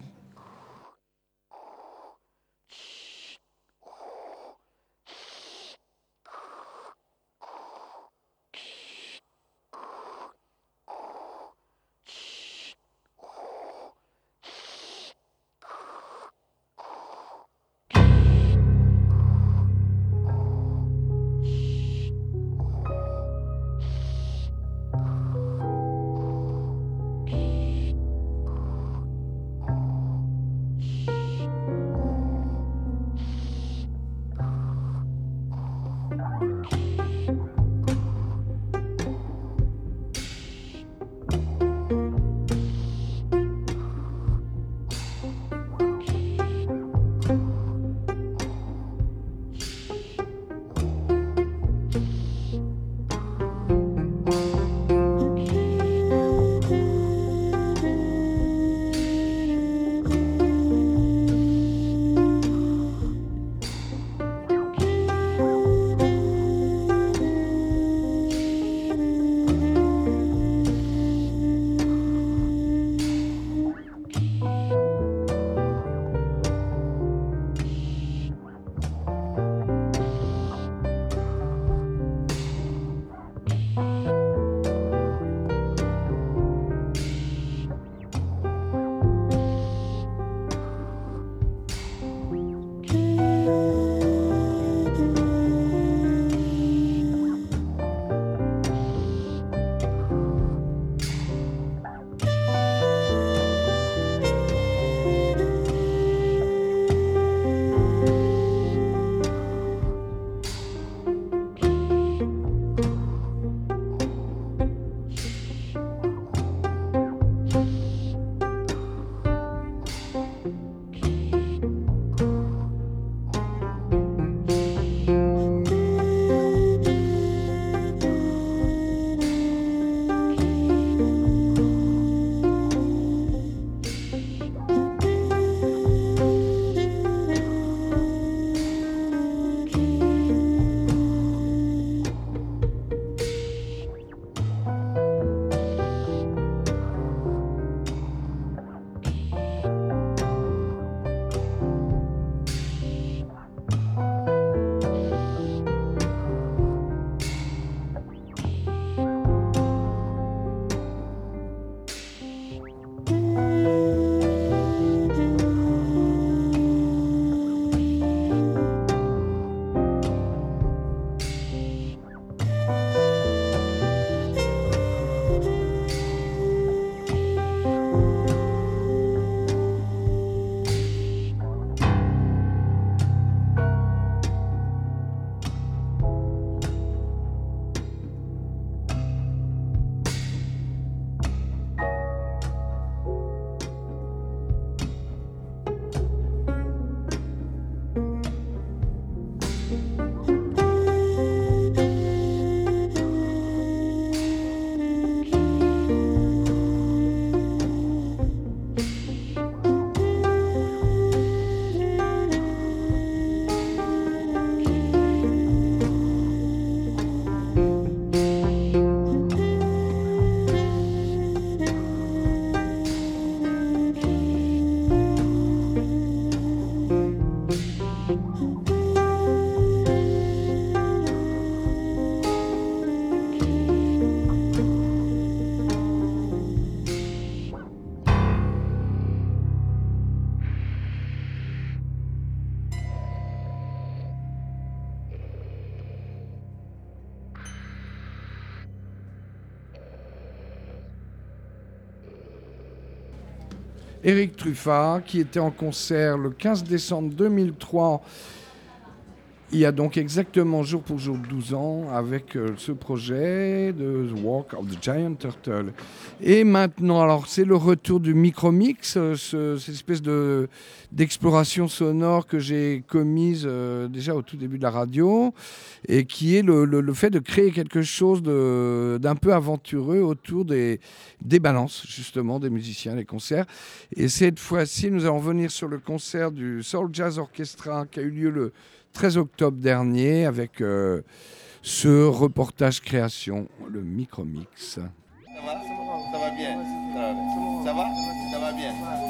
Éric Truffat, qui était en concert le 15 décembre 2003, il y a donc exactement jour pour jour 12 ans, avec ce projet de The Walk of the Giant Turtle. Et maintenant, alors c'est le retour du micromix, cette espèce d'exploration sonore que j'ai commise déjà au tout début de la radio, et qui est le fait de créer quelque chose d'un peu aventureux autour des balances, justement, des musiciens, des concerts. Et cette fois-ci, nous allons venir sur le concert du Soul Jazz Orchestra qui a eu lieu le 13 octobre dernier avec ce reportage création, le micromix. Ça va bien. Ça va bien.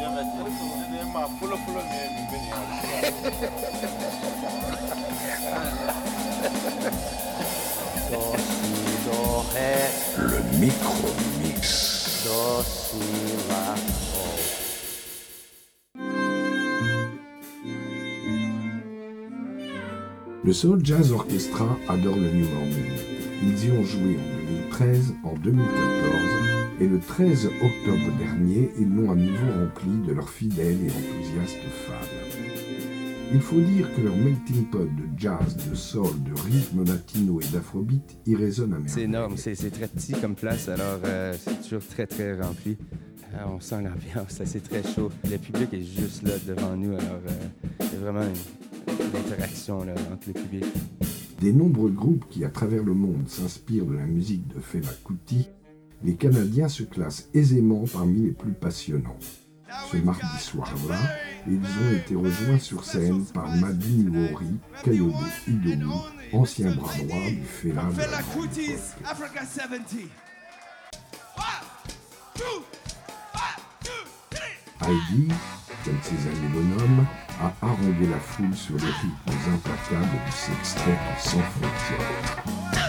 Le micromix. Do, si, la, Le Soul Jazz Orchestra adore le New Morning. Ils y ont joué en 2013, en 2014 et le 13 octobre dernier, ils l'ont à nouveau rempli de leurs fidèles et enthousiastes fans. Il faut dire que leur melting pot de jazz, de soul, de rythme latino et d'afrobeat y résonne à merveille. C'est énorme, c'est très petit comme place, alors c'est toujours très très rempli. On sent l'ambiance, c'est très chaud. Le public est juste là devant nous, alors il y a vraiment une interaction là, entre le public. Des nombreux groupes qui, à travers le monde, s'inspirent de la musique de Fela Kuti, les Canadiens se classent aisément parmi les plus passionnants. Ce mardi soir-là, ils ont été rejoints sur scène par Madi Nwori, Kayode Idowu, ancien bras droit du Fela de la grande époque. Heidi, comme ses amis bonhommes, a harangué la foule sur les rythmes implacables du sextet sans frontières.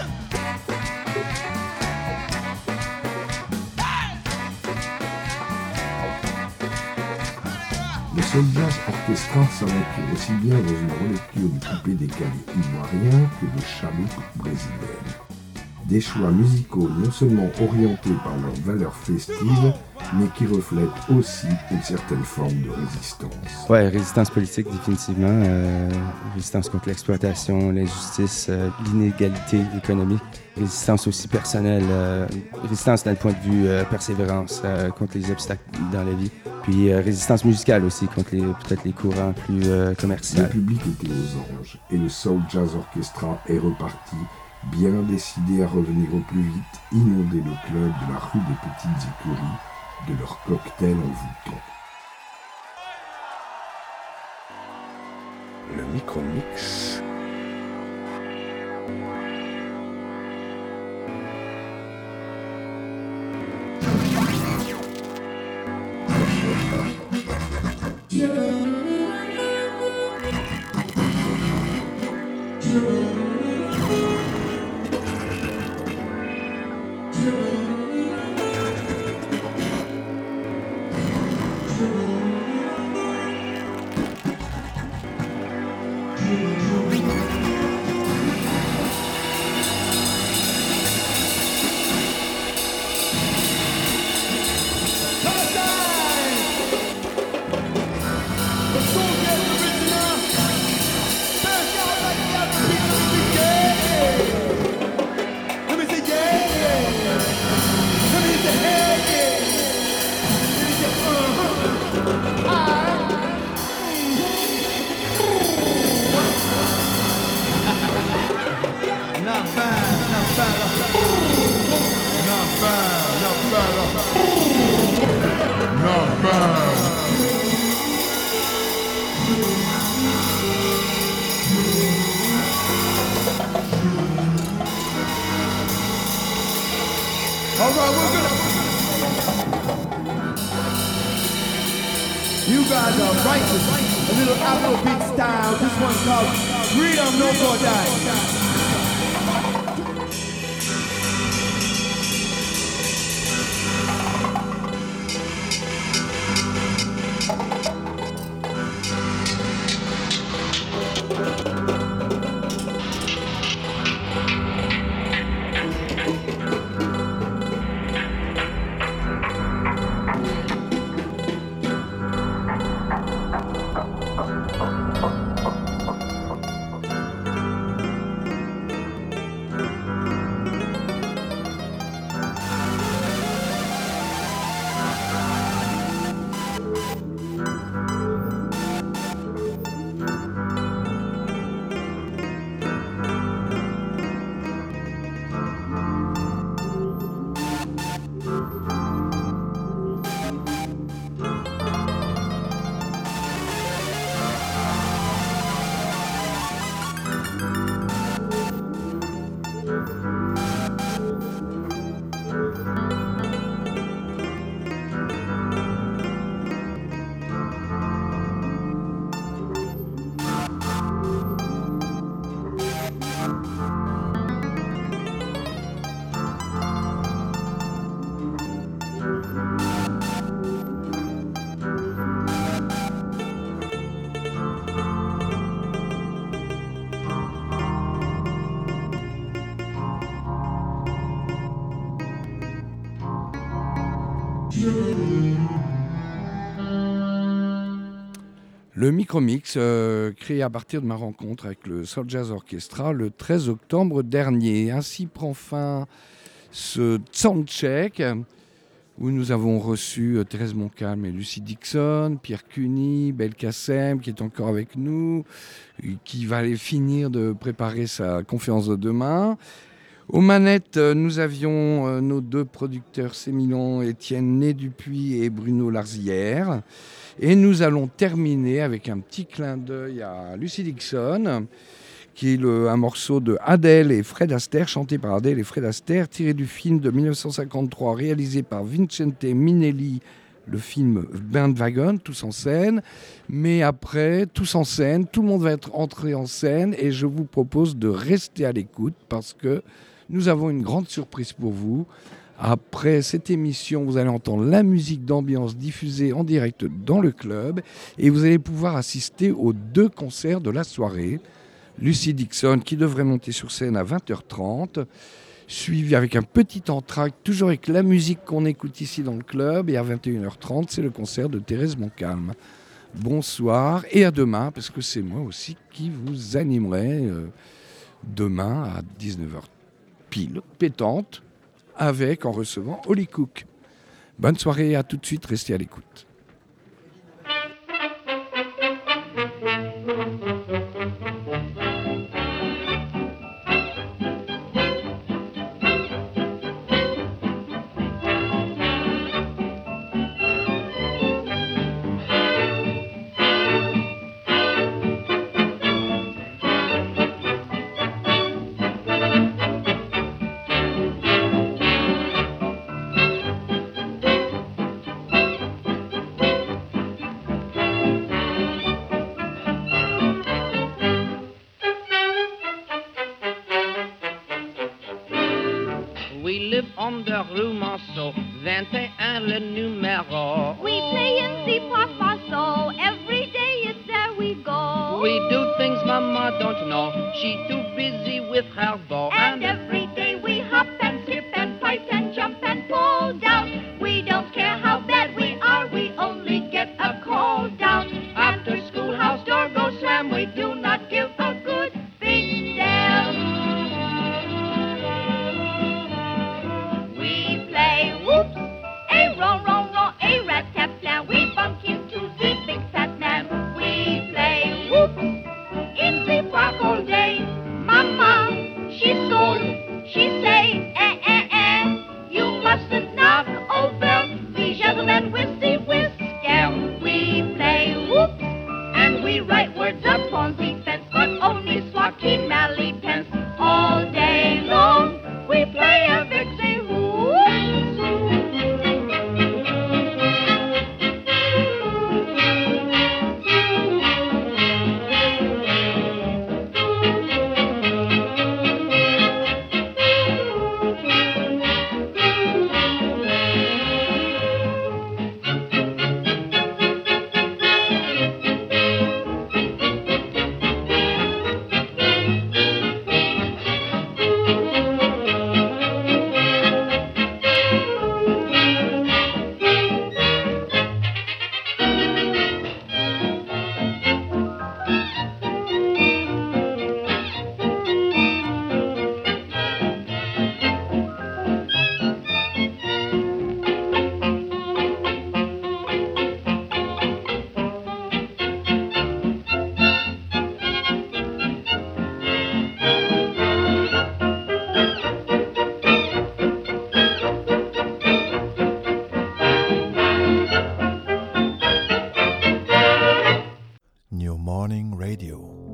Le Soul Jazz Orchestra s'aventure aussi bien dans une relecture du coupé décalé ivoirien que des chaloupes brésiliennes. Des choix musicaux non seulement orientés par leurs valeurs festives, mais qui reflètent aussi une certaine forme de résistance. Ouais, résistance politique définitivement, résistance contre l'exploitation, l'injustice, l'inégalité économique, résistance aussi personnelle, résistance d'un point de vue persévérance contre les obstacles dans la vie, puis résistance musicale aussi contre peut-être les courants plus commerciaux. Le public était aux anges et le Soul Jazz Orchestra est reparti, bien décidé à revenir au plus vite, inonder le club de la rue des Petites Écuries de leurs cocktails envoûtants. Le micromix. guys are righteous. A little Afrobeat style. This one's called Freedom No More Die. Le Micromix, créé à partir de ma rencontre avec le Soul Jazz Orchestra le 13 octobre dernier. Ainsi prend fin ce soundcheck où nous avons reçu Thérèse Montcalm et Lucie Dixon, Pierre Cuny, Belkacem qui est encore avec nous, qui va aller finir de préparer sa conférence de demain. Aux manettes, nous avions nos deux producteurs sémillants, Étienne Né-Dupuis et Bruno Larzillière. Et nous allons terminer avec un petit clin d'œil à Lucie Dixon, qui est un morceau de Adele et Fred Astaire, chanté par Adele et Fred Astaire, tiré du film de 1953, réalisé par Vincente Minnelli, le film Bandwagon, Tous en scène. Mais après, Tous en scène, tout le monde va être entré en scène et je vous propose de rester à l'écoute parce que nous avons une grande surprise pour vous. Après cette émission, vous allez entendre la musique d'ambiance diffusée en direct dans le club et vous allez pouvoir assister aux 2 concerts de la soirée. Lucie Dixon qui devrait monter sur scène à 20h30, suivi avec un petit entracte, toujours avec la musique qu'on écoute ici dans le club, et à 21h30, c'est le concert de Thérèse Montcalm. Bonsoir et à demain, parce que c'est moi aussi qui vous animerai demain à 19h pile, pétante, en recevant Holly Cook. Bonne soirée et à tout de suite, restez à l'écoute. on the rue Monceau, 21 le numéro. We play in the Parc Monceau, every day it's there we go. We do things Mama don't know, she too busy with her beau. And every day we hop and skip and fight and jump and pull down. We don't care how bad we are, we only get a call down. After schoolhouse door goes slam, we do not give a good big damn. We play whoops, a roll, roll, roll, a rat tap plan. We bump into the big fat man. We play whoops in the park all day. Mama, she's so Morning Radio.